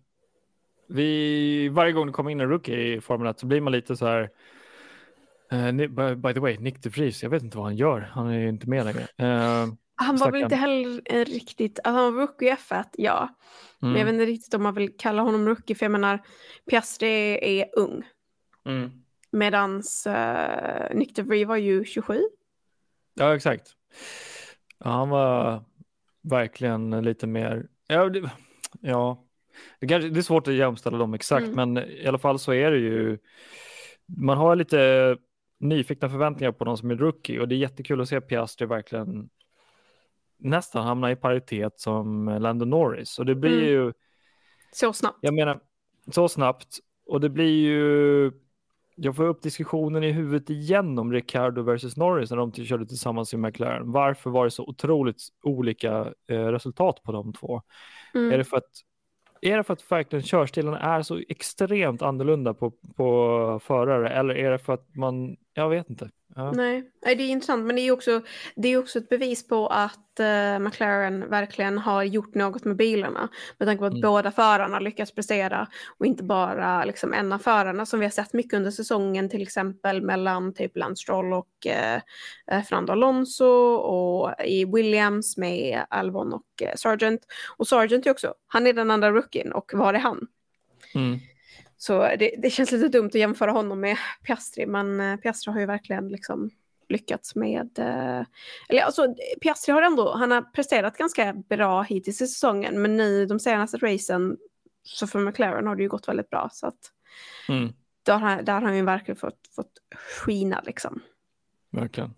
[SPEAKER 1] vi, varje gång det kommer in en rookie i Formel ett så blir man lite så här uh, by, by the way, Nick de Vries, jag vet inte vad han gör. Han är ju inte med längre. Uh,
[SPEAKER 2] Han var väl inte heller riktigt, alltså han var rookie i F ett, ja. Mm. Men jag vet inte riktigt om man vill kalla honom rookie, för jag menar, Piastri är ung. Mm. Medans uh, Nick de Vries var ju tjugosju.
[SPEAKER 1] Ja, exakt. Ja, han var verkligen lite mer, ja, det, ja. Det, kanske, det är svårt att jämställa dem exakt, mm. men i alla fall så är det ju, man har lite nyfikna förväntningar på de som är rookie och det är jättekul att se Piastri verkligen nästan hamna i paritet som Lando Norris och det blir mm. ju
[SPEAKER 2] så snabbt.
[SPEAKER 1] Jag menar så snabbt och det blir ju jag får upp diskussionen i huvudet igen om Ricciardo versus Norris när de körde tillsammans i McLaren. Varför var det så otroligt olika eh, resultat på de två? Mm. Är det för att är det för att verkligen körstilen är så extremt annorlunda på, på förare eller är det för att man, jag vet inte. Ja.
[SPEAKER 2] Nej, det är intressant men det är också, det är också ett bevis på att uh, McLaren verkligen har gjort något med bilarna. Med tanke på att mm. båda förarna lyckas prestera och inte bara liksom, en av förarna som vi har sett mycket under säsongen till exempel mellan typ Lance Stroll och uh, Fernando Alonso och i Williams med Albon och uh, Sargent. Och Sargent är också, han är den andra rookien och var är han? Mm. Så det, det känns lite dumt att jämföra honom med Piastri, men Piastri har ju verkligen liksom lyckats med, eh, eller alltså Piastri har ändå, han har presterat ganska bra hittills i säsongen, men nu de senaste racen så för McLaren har det ju gått väldigt bra så att mm. där, där har han ju verkligen fått, fått skina liksom.
[SPEAKER 1] Verkligen.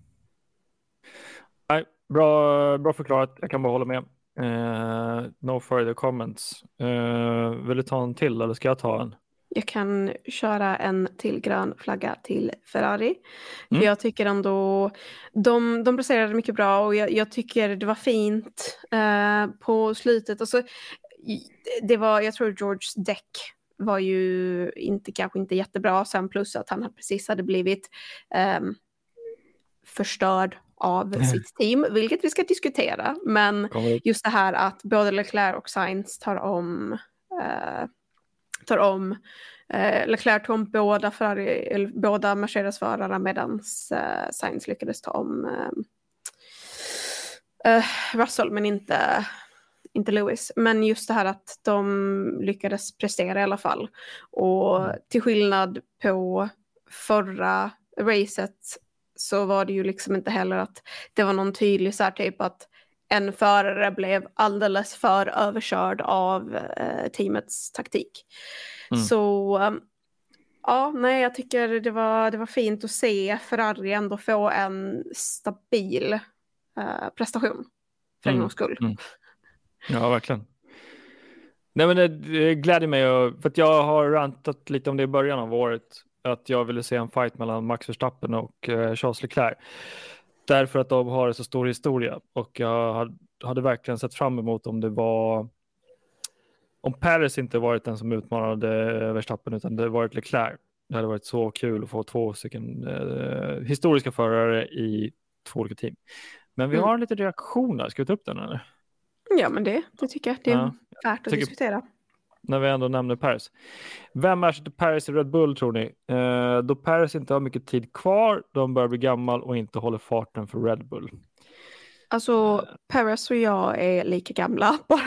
[SPEAKER 1] Nej, bra, bra förklarat, jag kan bara hålla med. Uh, no further comments. Uh, vill du ta en till eller ska jag ta en?
[SPEAKER 2] Jag kan köra en till grön flagga till Ferrari. Mm. För jag tycker ändå, de, de presterade mycket bra och jag, jag tycker det var fint uh, på slutet. Alltså, det var, jag tror Georges däck var ju inte, kanske inte jättebra. Sen plus att han precis hade blivit um, förstörd av mm. sitt team, vilket vi ska diskutera. Men just det här att både Leclerc och Sainz tar om... Uh, tar om eh, Leclerc tog om båda, Ferrari, båda Mercedes-förarna medan eh, Sainz lyckades ta om eh, eh, Russell men inte, inte Lewis. Men just det här att de lyckades prestera i alla fall. Och mm. till skillnad på förra racet så var det ju liksom inte heller att det var någon tydlig så här typ att en förare blev alldeles för överkörd av eh, teamets taktik. Mm. Så um, ja, nej, jag tycker det var, det var fint att se Ferrari ändå få en stabil eh, prestation för en gångs skull. Mm.
[SPEAKER 1] Ja, verkligen. Nej, men det, det gläder mig för att jag har rantat lite om det i början av året att jag ville se en fight mellan Max Verstappen och eh, Charles Leclerc. Därför att de har så stor historia och jag hade verkligen sett fram emot om det var om Perez inte varit den som utmanade Verstappen utan det varit Leclerc. Det hade varit så kul att få två stycken eh, historiska förare i två olika team. Men vi mm. har lite reaktioner. Ska vi ta upp den eller?
[SPEAKER 2] Ja, men det, det tycker jag. Det är ja, värt att diskutera.
[SPEAKER 1] När vi ändå nämner Perez. Vem ersätter Perez i Red Bull tror ni? Eh, då Perez inte har mycket tid kvar, de börjar bli gammal och inte håller farten för Red Bull.
[SPEAKER 2] Alltså, eh. Perez och jag är lika gamla bara.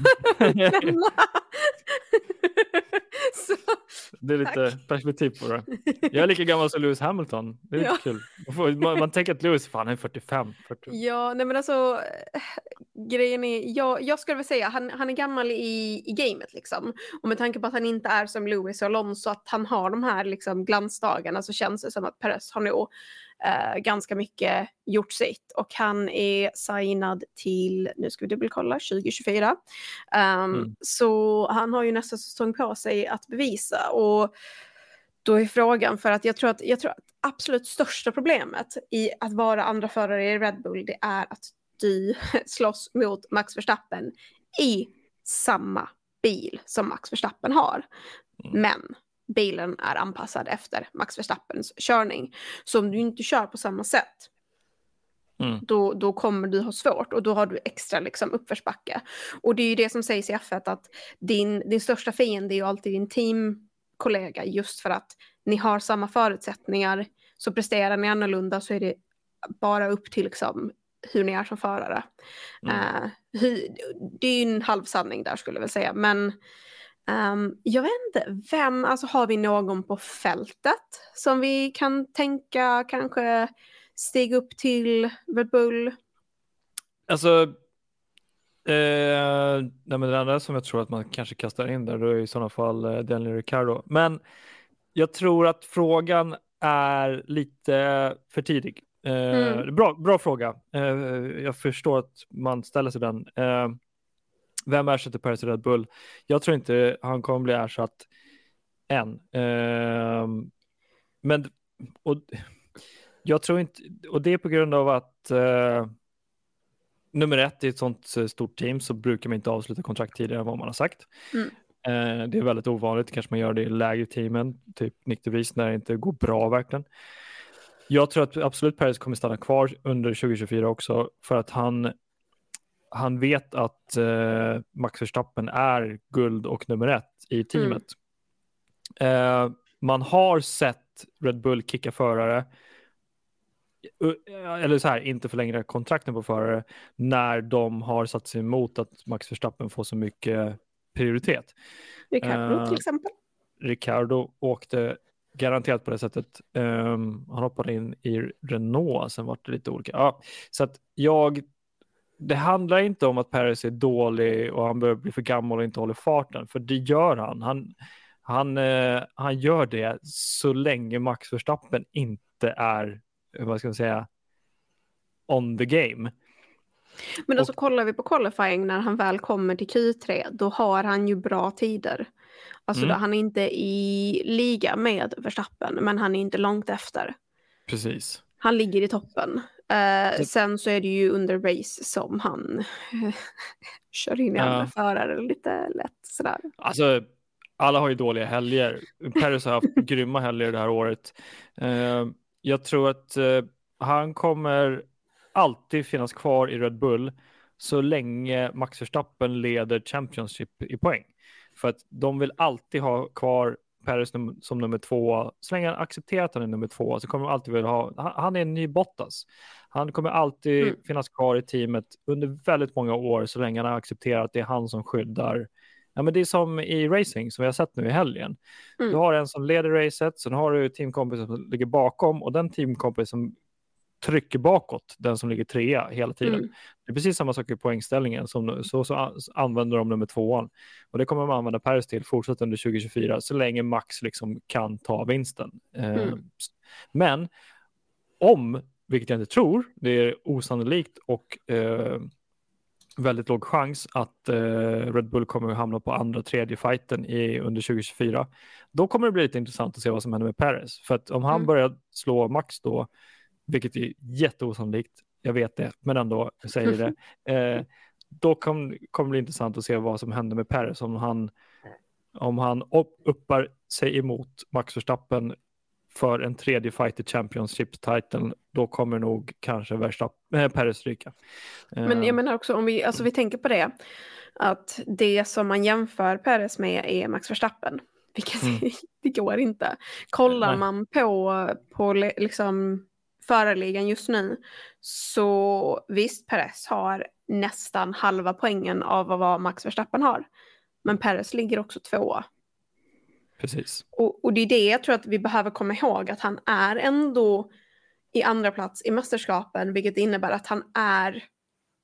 [SPEAKER 1] Så, det är lite tack. Perspektiv på det. Jag är lika gammal som Lewis Hamilton. Det är lite ja. kul. Man, får, man, man tänker att Lewis fan är fyrtiofem. fyrtio.
[SPEAKER 2] Ja, nej men alltså grejen är, jag, jag skulle väl säga, han, han är gammal i, i gamet liksom. Och med tanke på att han inte är som Lewis och Alonso, att han har de här liksom glansdagarna, så känns det som att Perez har nog eh, ganska mycket gjort sitt. Och han är signad till, nu ska vi dubbelkolla, tjugo tjugofyra. Um, mm. Så han har ju nästa säsong på sig att bevisa. Och då är frågan, för att jag tror att, jag tror att absolut största problemet i att vara andra förare i Red Bull, det är att du slåss mot Max Verstappen i samma bil som Max Verstappen har. Mm. Men bilen är anpassad efter Max Verstappens körning. Så om du inte kör på samma sätt, mm. då, då kommer du ha svårt. Och då har du extra liksom, uppförsbacke. Och det är ju det som sägs i F ett, att din, din största fiende är ju alltid din teamkollega. Just för att ni har samma förutsättningar. Så presterar ni annorlunda, så är det bara upp till liksom, hur ni är som förare. Mm. Uh, hur, det är ju en halvsanning där, skulle jag väl säga. Men um, jag vet inte, vem, alltså har vi någon på fältet som vi kan tänka kanske stiga upp till Red Bull?
[SPEAKER 1] Alltså, eh, nej, men det andra som jag tror att man kanske kastar in där, då är i sådana fall eh, Daniel Ricciardo. Men jag tror att frågan är lite för tidig. Mm. Uh, bra, bra fråga. Uh, jag förstår att man ställer sig den. Uh, vem ersätter Perez i Red Bull? Jag tror inte han kommer bli ersatt än. Uh, men och, jag tror inte, och det är på grund av att uh, nummer ett i ett sånt stort team så brukar man inte avsluta kontrakt tidigare än vad man har sagt. Mm. Uh, det är väldigt ovanligt. Kanske man gör det i lägre teamen, typ Nick de Vries, när det inte går bra verkligen. Jag tror att absolut Perez kommer stanna kvar under tjugo tjugofyra också, för att han, han vet att eh, Max Verstappen är guld och nummer ett i teamet. Mm. Eh, man har sett Red Bull kicka förare, eller så här, inte förlänga kontrakten på förare, när de har satt sig emot att Max Verstappen får så mycket prioritet.
[SPEAKER 2] Ricardo eh, till exempel.
[SPEAKER 1] Ricardo åkte garanterat på det sättet. Um, han hoppade in i Renault, sen var det lite olika. Ja, så att jag, det handlar inte om att Perez är dålig och han börjar bli för gammal och inte håller farten, för det gör han. Han, han, uh, han gör det så länge Max Verstappen inte är, vad ska man säga, on the game.
[SPEAKER 2] Men då
[SPEAKER 1] och,
[SPEAKER 2] så kollar vi på qualifying, när han väl kommer till Q tre, då har han ju bra tider. Alltså mm. då, han är inte i liga med Verstappen, men han är inte långt efter.
[SPEAKER 1] Precis.
[SPEAKER 2] Han ligger i toppen. Uh, sen så är det ju under race som han kör in i andra uh. förare lite lätt sådär.
[SPEAKER 1] Alltså, alla har ju dåliga helger. Perez har haft grymma helger det här året. Uh, jag tror att uh, han kommer alltid finnas kvar i Red Bull så länge Max Verstappen leder Championship i poäng. För att de vill alltid ha kvar Perez num- som nummer två. Så länge han accepterar att han är nummer två, så kommer de alltid vilja ha... Han, han är en ny Bottas. Han kommer alltid mm. finnas kvar i teamet under väldigt många år, så länge han accepterar att det är han som skyddar. Ja, men det är som i racing som vi har sett nu i helgen. Mm. Du har en som leder racet, sen har du teamkompis som ligger bakom, och den teamkompis som trycker bakåt den som ligger trea hela tiden. Mm. Det är precis samma sak i poängställningen. Som, så, så använder de nummer tvåan. Och det kommer man använda Perez till fortsatt under tjugo tjugofyra, så länge Max liksom kan ta vinsten. Mm. Eh, men om, vilket jag inte tror, det är osannolikt och eh, väldigt låg chans att eh, Red Bull kommer att hamna på andra, tredje fighten i, under tjugo tjugofyra, då kommer det bli lite intressant att se vad som händer med Perez. För att om han mm. börjar slå Max då, vilket är jätteosannolikt, jag vet det, men ändå säger det, eh, då kommer kom det bli intressant att se vad som händer med Perez, om han, om han uppar sig emot Max Verstappen för en tredje fight i Championship-titeln, då kommer nog kanske Verstappen, äh, Perez ryka. Eh.
[SPEAKER 2] Men jag menar också, om vi, alltså vi tänker på det, att det som man jämför Perez med är Max Verstappen, vilket mm. det går inte. Kollar Nej. man på, på liksom förarligan just nu, så visst, Perez har nästan halva poängen av vad Max Verstappen har, men Perez ligger också tvåa.
[SPEAKER 1] Precis.
[SPEAKER 2] Och, och det är det jag tror att vi behöver komma ihåg, att han är ändå i andra plats i mästerskapen, vilket innebär att han är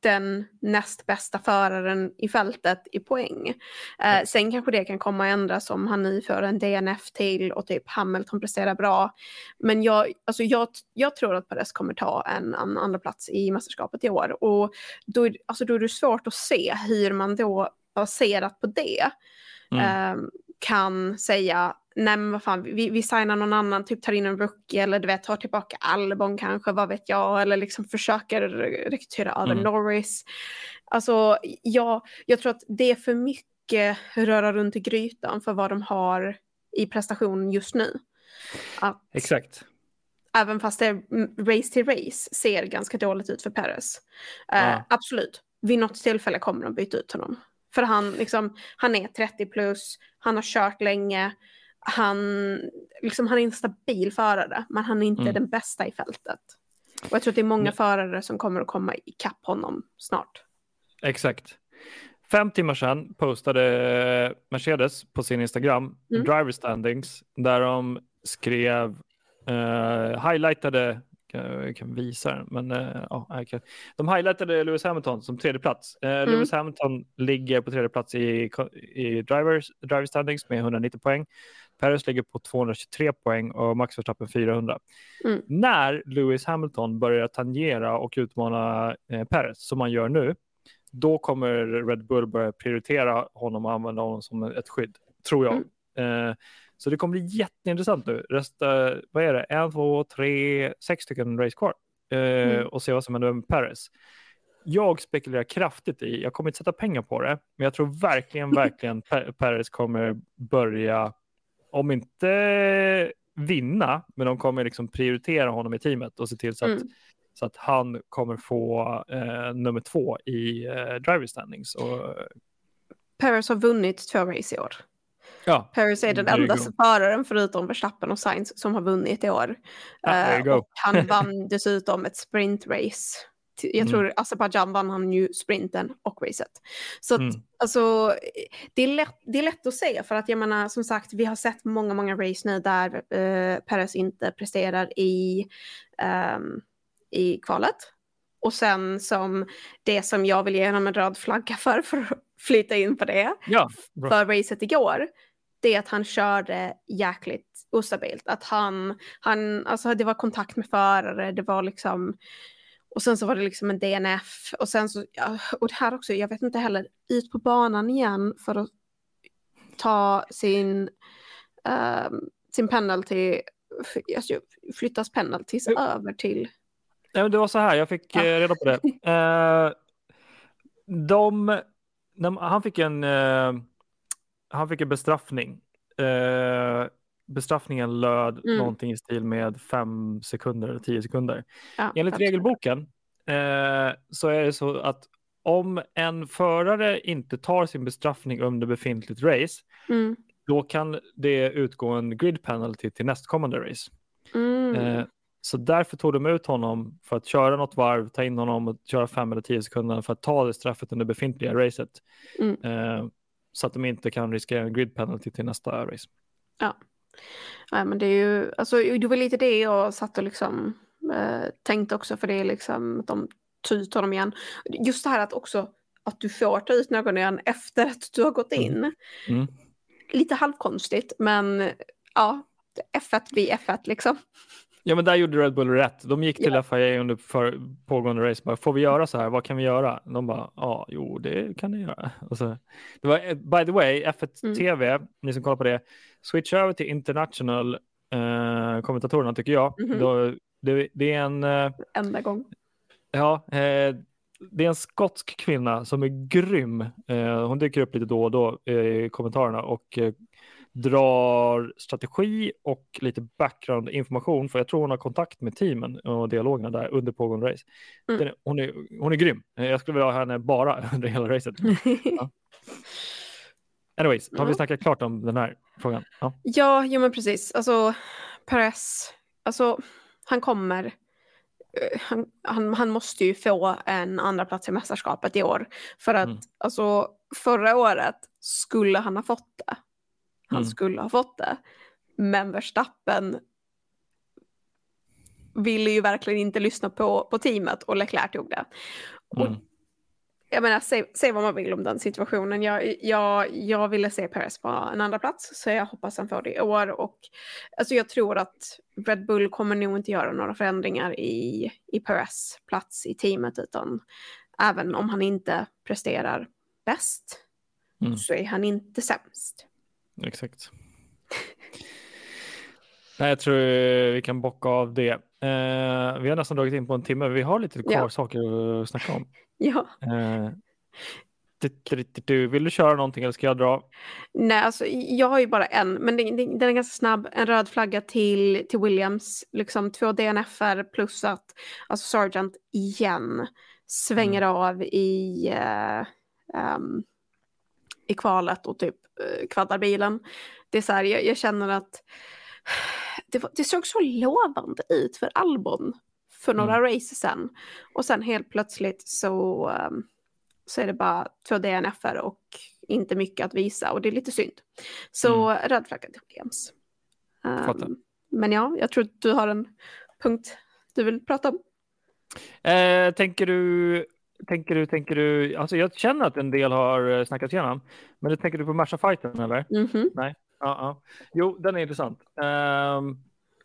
[SPEAKER 2] den näst bästa föraren i fältet i poäng. Eh, sen kanske det kan komma att ändras om han nu får en D N F till och typ Hamilton presterar bra. Men jag, alltså jag, jag tror att Perez kommer ta en, en andra plats i mästerskapet i år. Och då, alltså då är det svårt att se hur man då baserat på det mm. eh, kan säga nej men vad fan, vi, vi signar någon annan, typ tar in en rookie eller du vet, tar tillbaka Albon kanske, vad vet jag, eller liksom försöker rekrytera över mm. Norris. Alltså jag, jag tror att det är för mycket röra runt i grytan för vad de har i prestation just nu. Att,
[SPEAKER 1] exakt.
[SPEAKER 2] Även fast det är race till race ser ganska dåligt ut för Perez. Uh, ah. Absolut, vid något tillfälle kommer de byta ut honom. För han, liksom, han är trettio plus, han har kört länge, han, liksom, han är en stabil förare, men han är inte mm. den bästa i fältet. Och jag tror att det är många Nej. förare som kommer att komma ikapp honom snart.
[SPEAKER 1] Exakt. Fem timmar sedan postade Mercedes på sin Instagram mm. driver standings där de skrev, uh, highlightade, jag kan visa den, men uh, ja, kan. De highlightade Lewis Hamilton som tredje plats. Uh, mm. Lewis Hamilton ligger på tredje plats i, i drivers, driver standings med hundranittio poäng. Perez ligger på tvåhundratjugotre poäng och Max Verstappen fyrahundra. Mm. När Lewis Hamilton börjar tangera och utmana eh, Perez, som man gör nu, då kommer Red Bull börja prioritera honom och använda honom som ett skydd, tror jag. Mm. Eh, så det kommer bli jätteintressant nu. Resta, vad är det? En, två, tre, sex stycken race kvar. Eh, mm. Och se vad som händer med Perez. Jag spekulerar kraftigt i, jag kommer inte sätta pengar på det, men jag tror verkligen, verkligen Perez kommer börja, om inte vinna, men de kommer liksom prioritera honom i teamet och se till så att, mm. så att han kommer få eh, nummer två i eh, driver standings. Och...
[SPEAKER 2] Perez har vunnit två race i år.
[SPEAKER 1] Ja,
[SPEAKER 2] Perez är den enda föraren förutom Verstappen och Sainz som har vunnit i år.
[SPEAKER 1] Ah,
[SPEAKER 2] uh, och han vann dessutom ett sprintrace. Jag mm. tror Azerbaijan vann han ju sprinten och racet. Så att, mm. alltså, det är, lätt, det är lätt att säga för att jag menar, som sagt, vi har sett många, många race nu där uh, Perez inte presterar i, um, i kvalet. Och sen som det som jag vill ge honom en röd flagga för, för att flytta in på det,
[SPEAKER 1] ja,
[SPEAKER 2] för racet igår, det är att han körde jäkligt ostabilt. Att han, han, alltså det var kontakt med förare, det var liksom, och sen så var det liksom en D N F, och sen så, ja, och det här också, jag vet inte heller, ut på banan igen för att ta sin, um, sin penalty, alltså flyttas penalties mm. över till...
[SPEAKER 1] Nej, men det var så här, jag fick ja. reda på det. Uh, de, när han fick en uh, han fick en bestraffning. Uh, bestraffningen löd mm. någonting i stil med fem sekunder eller tio sekunder. Ja, enligt regelboken uh, så är det så att om en förare inte tar sin bestraffning under befintligt race, mm. då kan det utgå en grid penalty till nästkommande race.
[SPEAKER 2] Mm. Uh,
[SPEAKER 1] Så därför tog de ut honom för att köra något varv, ta in honom och köra fem eller tio sekunder för att ta det straffet under befintliga racet.
[SPEAKER 2] Mm.
[SPEAKER 1] Eh, så att de inte kan riskera en grid penalty till nästa race.
[SPEAKER 2] Ja, ja men det är ju, alltså det var lite det jag satt och liksom eh, tänkte också, för det är liksom att de tar ut honom igen. Just det här att också att du får ta ut någon igen efter att du har gått in.
[SPEAKER 1] Mm. Mm.
[SPEAKER 2] Lite halvkonstigt, men ja, F ett blir F ett liksom.
[SPEAKER 1] Ja, men där gjorde Red Bull rätt. De gick till yeah. F I A under för pågående race. Bara, får vi göra så här? Vad kan vi göra? De bara, ja, jo, det kan ni göra. Och så, det var, by the way, F ett mm. T V, ni som kollar på det, switch över till international eh, kommentatorerna tycker jag. Mm-hmm. Då, det, det är en... Eh,
[SPEAKER 2] Enda gång.
[SPEAKER 1] Ja, eh, det är en skotsk kvinna som är grym. Eh, hon dyker upp lite då och då eh, i kommentarerna och eh, drar strategi och lite background-information, för jag tror hon har kontakt med teamen och dialogerna där under pågående race. Mm. Den är, hon, är, hon är grym. Jag skulle vilja ha henne bara under hela racet. Ja. Anyways, har vi snackat klart om den här frågan? Ja,
[SPEAKER 2] ja jo, men precis. Alltså, Perez, alltså, han kommer... Han, han, han måste ju få en andra plats i mästerskapet i år. För att, mm. alltså, förra året skulle han ha fått det. Han mm. skulle ha fått det. Men Verstappen ville ju verkligen inte lyssna på, på teamet och Leclerc tog det. Och
[SPEAKER 1] mm.
[SPEAKER 2] jag menar, säg, säg vad man vill om den situationen. Jag, jag, jag ville se Perez på en andra plats, så jag hoppas han får det i år. Och, alltså, jag tror att Red Bull kommer nog inte göra några förändringar i, i Perez plats i teamet, utan även om han inte presterar bäst mm. så är han inte sämst.
[SPEAKER 1] Exakt. Nej, jag tror vi kan bocka av det. Eh, vi har nästan dragit in på en timme. Vi har lite kvar ja. saker att snacka om.
[SPEAKER 2] Ja.
[SPEAKER 1] Eh, vill du köra någonting eller ska jag dra?
[SPEAKER 2] Nej, alltså jag har ju bara en, men den, den är ganska snabb. En röd flagga till, till Williams. Liksom två D N F-er plus att alltså Sargent igen svänger mm. av i, uh, um, i kvalet och typ uh, kvaddar bilen. Det är så här, jag, jag känner att det, var, det såg så lovande ut för Albon för några mm. races sen. Och sen helt plötsligt så, um, så är det bara två D N F-er och inte mycket att visa. Och det är lite synd. Så mm. röd flagga till Williams. Um, men ja, jag tror att du har en punkt du vill prata om.
[SPEAKER 1] Eh, tänker du... Tänker du, tänker du, alltså jag känner att en del har snackat igenom, men du tänker du på Merca-fighten eller?
[SPEAKER 2] Mm-hmm.
[SPEAKER 1] Nej. Uh-uh. Jo, den är intressant. Um,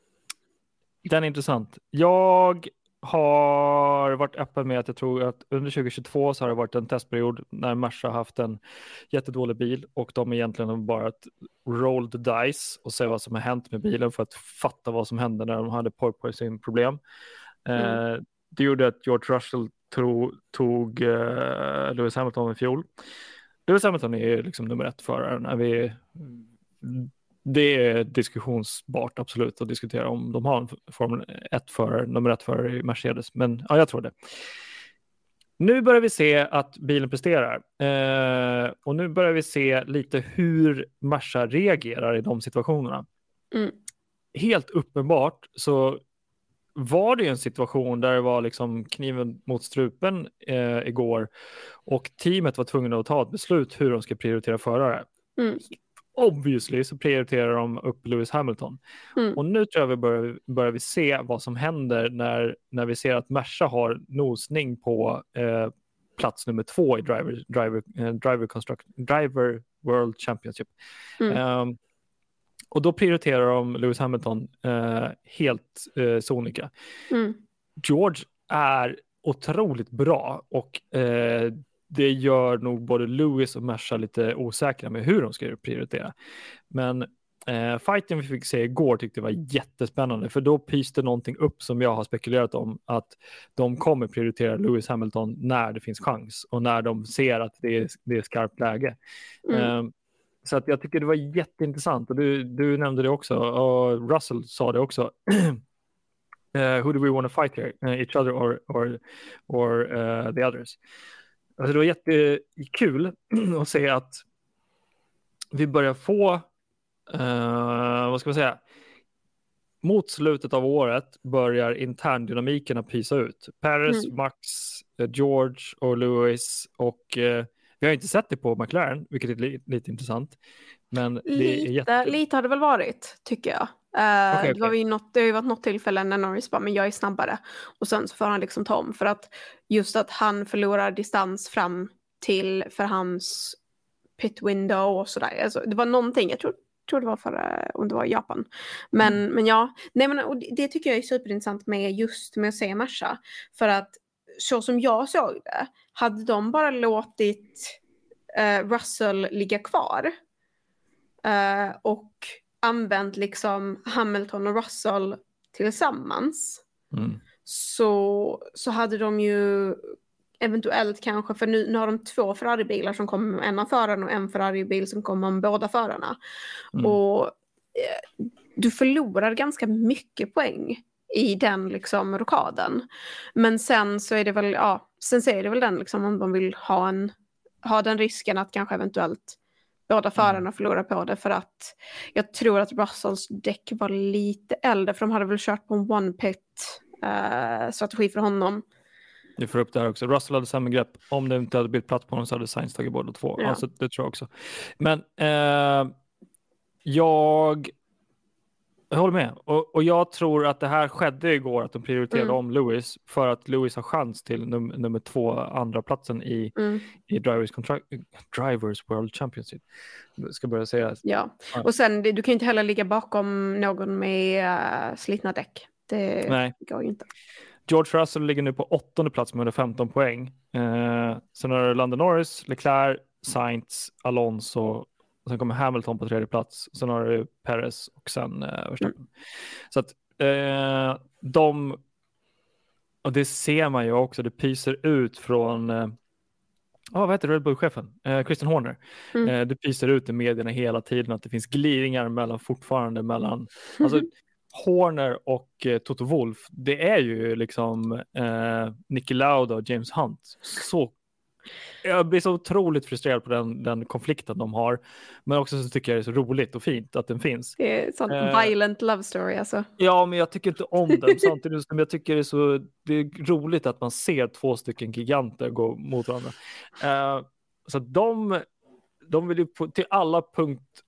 [SPEAKER 1] den är intressant. Jag har varit öppen med att jag tror att under tjugo tjugotvå så har det varit en testperiod när Merca har haft en jättedålig bil och de egentligen bara att roll the dice och se vad som har hänt med bilen för att fatta vad som hände när de hade porpoising problem. Mm. Uh, det gjorde att George Russell tro, tog uh, Lewis Hamilton i fjol. Lewis Hamilton är liksom nummer ett förare när vi det är diskussionsbart absolut att diskutera om de har en Formel ett-förare, nummer ett-förare i Mercedes. Men ja, jag tror det. Nu börjar vi se att bilen presterar. Eh, och nu börjar vi se lite hur Merca reagerar i de situationerna.
[SPEAKER 2] Mm.
[SPEAKER 1] Helt uppenbart så var det ju en situation där det var liksom kniven mot strupen eh, igår. Och teamet var tvungna att ta ett beslut hur de ska prioritera förare.
[SPEAKER 2] Mm.
[SPEAKER 1] Obviously så prioriterar de upp Lewis Hamilton.
[SPEAKER 2] Mm.
[SPEAKER 1] Och nu tror jag vi börjar, börjar vi se vad som händer när, när vi ser att Merca har nosning på eh, plats nummer två i driver, driver, eh, driver, construct, driver World Championship.
[SPEAKER 2] Mm.
[SPEAKER 1] Um, och då prioriterar de Lewis Hamilton eh, helt eh, sonika.
[SPEAKER 2] Mm.
[SPEAKER 1] George är otroligt bra och eh, det gör nog både Lewis och Merca lite osäkra med hur de ska prioritera. Men eh, fighten vi fick se igår tyckte jag var jättespännande. För då pyste någonting upp som jag har spekulerat om. Att de kommer prioritera Lewis Hamilton när det finns chans. Och när de ser att det är, det är skarpt läge.
[SPEAKER 2] Mm.
[SPEAKER 1] Eh, så att jag tycker det var jätteintressant. Och du, du nämnde det också. Och Russell sa det också. uh, who do we want to fight here? Uh, each other or, or, or uh, the others? Alltså det var jättekul att se att vi börjar få, uh, vad ska man säga, mot slutet av året börjar interndynamiken att pysa ut. Perez, mm. Max, George och Lewis och uh, vi har inte sett det på McLaren, vilket är li- lite intressant. Men det
[SPEAKER 2] lite,
[SPEAKER 1] är jätte...
[SPEAKER 2] lite har det väl varit, tycker jag. Uh,
[SPEAKER 1] okay,
[SPEAKER 2] det, var
[SPEAKER 1] okay.
[SPEAKER 2] ju något, det har ju varit något tillfälle när Norris bara, men jag är snabbare. Och sen så får han liksom ta om. För att just att han förlorar distans fram till för hans pit window och sådär. Alltså, det var någonting, jag tror, tror det var för om det var Japan. Men, mm. men ja, nej, men, och det, det tycker jag är superintressant med just med att se Merca. För att så som jag såg det, hade de bara låtit uh, Russell ligga kvar uh, och använt liksom Hamilton och Russell tillsammans
[SPEAKER 1] mm.
[SPEAKER 2] så, så hade de ju eventuellt kanske, för nu, nu har de två Ferrari-bilar som kommer med en av förarna och en Ferrari-bil som kommer med båda förarna. Mm. Och eh, du förlorar ganska mycket poäng i den liksom rokaden. Men sen så är det väl, ja, sen så är det väl den liksom om de vill ha en, ha den risken att kanske eventuellt båda förarna mm. förlorar på det, för att jag tror att Russells däck var lite äldre, för de hade väl kört på en one pit uh, strategi för honom.
[SPEAKER 1] Du får upp det här också. Russell hade samma grepp. Om det inte hade blivit plats på honom så hade Sainz tagit båda två.
[SPEAKER 2] Ja.
[SPEAKER 1] Alltså, det tror jag också. Men eh, jag Jag håller med. Och, och jag tror att det här skedde igår, att de prioriterade
[SPEAKER 2] Mm.
[SPEAKER 1] om Lewis för att Lewis har chans till num- nummer två, andra platsen i,
[SPEAKER 2] Mm.
[SPEAKER 1] i Drivers, Contra- Drivers World Championship. Jag ska börja säga.
[SPEAKER 2] Ja,
[SPEAKER 1] Ja.
[SPEAKER 2] och sen det- du kan ju inte heller ligga bakom någon med uh, slitna däck. Det
[SPEAKER 1] Nej.
[SPEAKER 2] går ju inte.
[SPEAKER 1] George Russell ligger nu på åttonde plats med hundrafemton poäng. Eh, sen har du Lando Norris, Leclerc, Sainz, Alonso. Och sen kommer Hamilton på tredje plats. Sen har du Perez och sen eh, Verstappen.
[SPEAKER 2] Mm.
[SPEAKER 1] Så att eh, de... Och det ser man ju också. Det pyser ut från... Eh, oh, vad heter Red Bull-chefen? Eh, Christian Horner.
[SPEAKER 2] Mm.
[SPEAKER 1] Eh, det pyser ut i medierna hela tiden att det finns glidningar mellan fortfarande mellan... Alltså, Horner och eh, Toto Wolff, det är ju liksom eh, Niki Lauda och James Hunt. Så, jag blir så otroligt frustrerad på den, den konflikten de har. Men också så tycker jag det är så roligt och fint att den finns.
[SPEAKER 2] Det är en sån
[SPEAKER 1] Eh,
[SPEAKER 2] violent love story alltså.
[SPEAKER 1] Ja, men jag tycker inte om den. Samtidigt som jag tycker det är så det är roligt att man ser två stycken giganter gå mot varandra. Eh, så att de, de vill ju på, till alla punkt...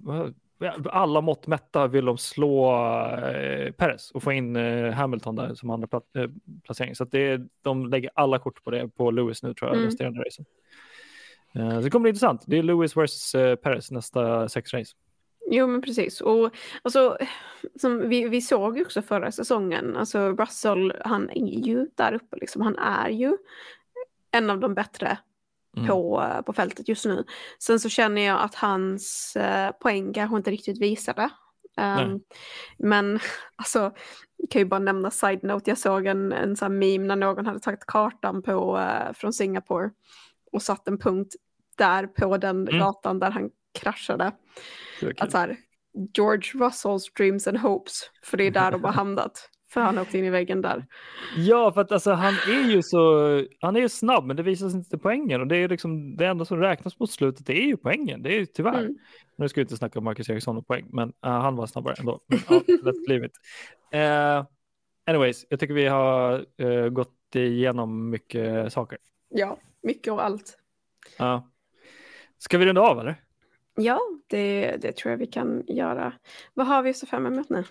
[SPEAKER 1] alla mått mätta vill de slå eh, Perez och få in eh, Hamilton där som andra plat- eh, placering. Så att det är, de lägger alla kort på det på Lewis nu tror jag,
[SPEAKER 2] Mm.
[SPEAKER 1] resterande racen. Eh, så det kommer bli intressant. Det är Lewis versus eh, Perez nästa sex race.
[SPEAKER 2] Jo, men precis. Och alltså, som vi, vi såg ju också förra säsongen, alltså Russell, han är ju där uppe liksom. Han är ju en av de bättre
[SPEAKER 1] Mm.
[SPEAKER 2] på, på fältet just nu. Sen så känner jag att hans eh, poäng kanske inte riktigt visade. Um, men alltså, jag kan ju bara nämna side note. Jag såg en, en sån här meme när någon hade tagit kartan på, uh, från Singapore och satt en punkt där på den
[SPEAKER 1] Mm.
[SPEAKER 2] gatan där han kraschade.
[SPEAKER 1] Det är kul.
[SPEAKER 2] Att så här, George Russells dreams and hopes, för det är där de har hamnat. För han åkte in i väggen där.
[SPEAKER 1] Ja, för att alltså, han är ju så han är ju snabb, men det visas inte poängen. Och det är liksom det enda som räknas mot slutet, det är ju poängen. Det är ju tyvärr.
[SPEAKER 2] Mm.
[SPEAKER 1] Nu ska vi inte snacka om Marcus Eriksson och poäng, men uh, han var snabbare ändå. Men, ja, let's leave it. Uh, anyways, jag tycker vi har uh, gått igenom mycket saker.
[SPEAKER 2] Ja, mycket och allt.
[SPEAKER 1] Uh. Ska vi runda av, eller?
[SPEAKER 2] Ja, det, det tror jag vi kan göra. Vad har vi så fram emot nu?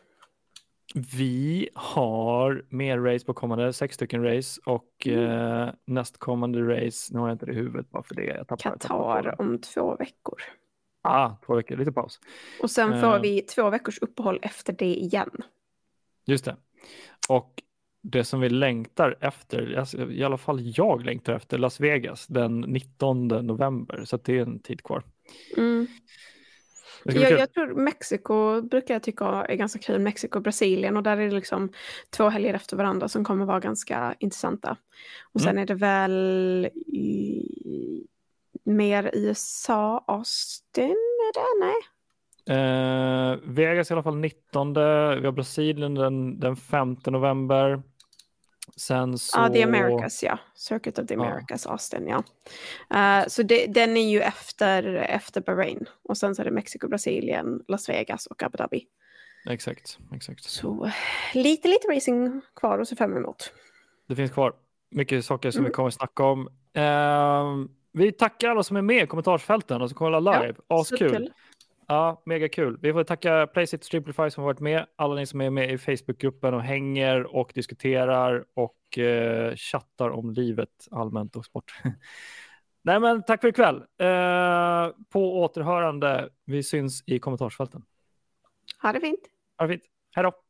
[SPEAKER 1] Vi har mer race på kommande, sex stycken race och
[SPEAKER 2] Mm.
[SPEAKER 1] eh, nästkommande race, nu har jag inte det i huvudet bara för det. Jag tappar, jag tappar på det.
[SPEAKER 2] Qatar om två veckor.
[SPEAKER 1] Ah, två veckor, lite paus.
[SPEAKER 2] Och sen får
[SPEAKER 1] Eh.
[SPEAKER 2] vi två veckors uppehåll efter det igen.
[SPEAKER 1] Just det. Och det som vi längtar efter, alltså, i alla fall jag längtar efter, Las Vegas den nittonde november, så att det är en tid kvar.
[SPEAKER 2] Mm.
[SPEAKER 1] Det ska bli
[SPEAKER 2] Jag,
[SPEAKER 1] kul.
[SPEAKER 2] jag tror Mexiko brukar jag tycka är ganska kul. Mexiko och Brasilien. Och där är det liksom två helger efter varandra som kommer vara ganska intressanta. Och sen
[SPEAKER 1] Mm.
[SPEAKER 2] är det väl i, mer U S A, Austin, är det? Nej.
[SPEAKER 1] Eh, Vegas i alla fall nittonde, vi har Brasilien den, den femte november. Sen så...
[SPEAKER 2] Ja, The Americas, ja. Circuit of the
[SPEAKER 1] Ja.
[SPEAKER 2] Americas, Austin, ja. Uh, så det, den är ju efter, efter Bahrain. Och sen så är det Mexiko, Brasilien, Las Vegas och Abu Dhabi.
[SPEAKER 1] Exakt, exakt.
[SPEAKER 2] Så lite, lite racing kvar att se fram emot.
[SPEAKER 1] Det finns kvar mycket saker som
[SPEAKER 2] Mm.
[SPEAKER 1] vi kommer att snacka om. Eh, vi tackar alla som är med i kommentarsfälten och som kollar live.
[SPEAKER 2] Ja,
[SPEAKER 1] Askul.
[SPEAKER 2] superkul.
[SPEAKER 1] Ja, mega kul. Vi får tacka Playsit Streamplify som har varit med. Alla ni som är med i Facebookgruppen och hänger och diskuterar och eh, chattar om livet allmänt och sport. Nej, men tack för ikväll. Eh, på återhörande. Vi syns i kommentarsfälten.
[SPEAKER 2] Ha det fint.
[SPEAKER 1] Ha det fint. Hej då.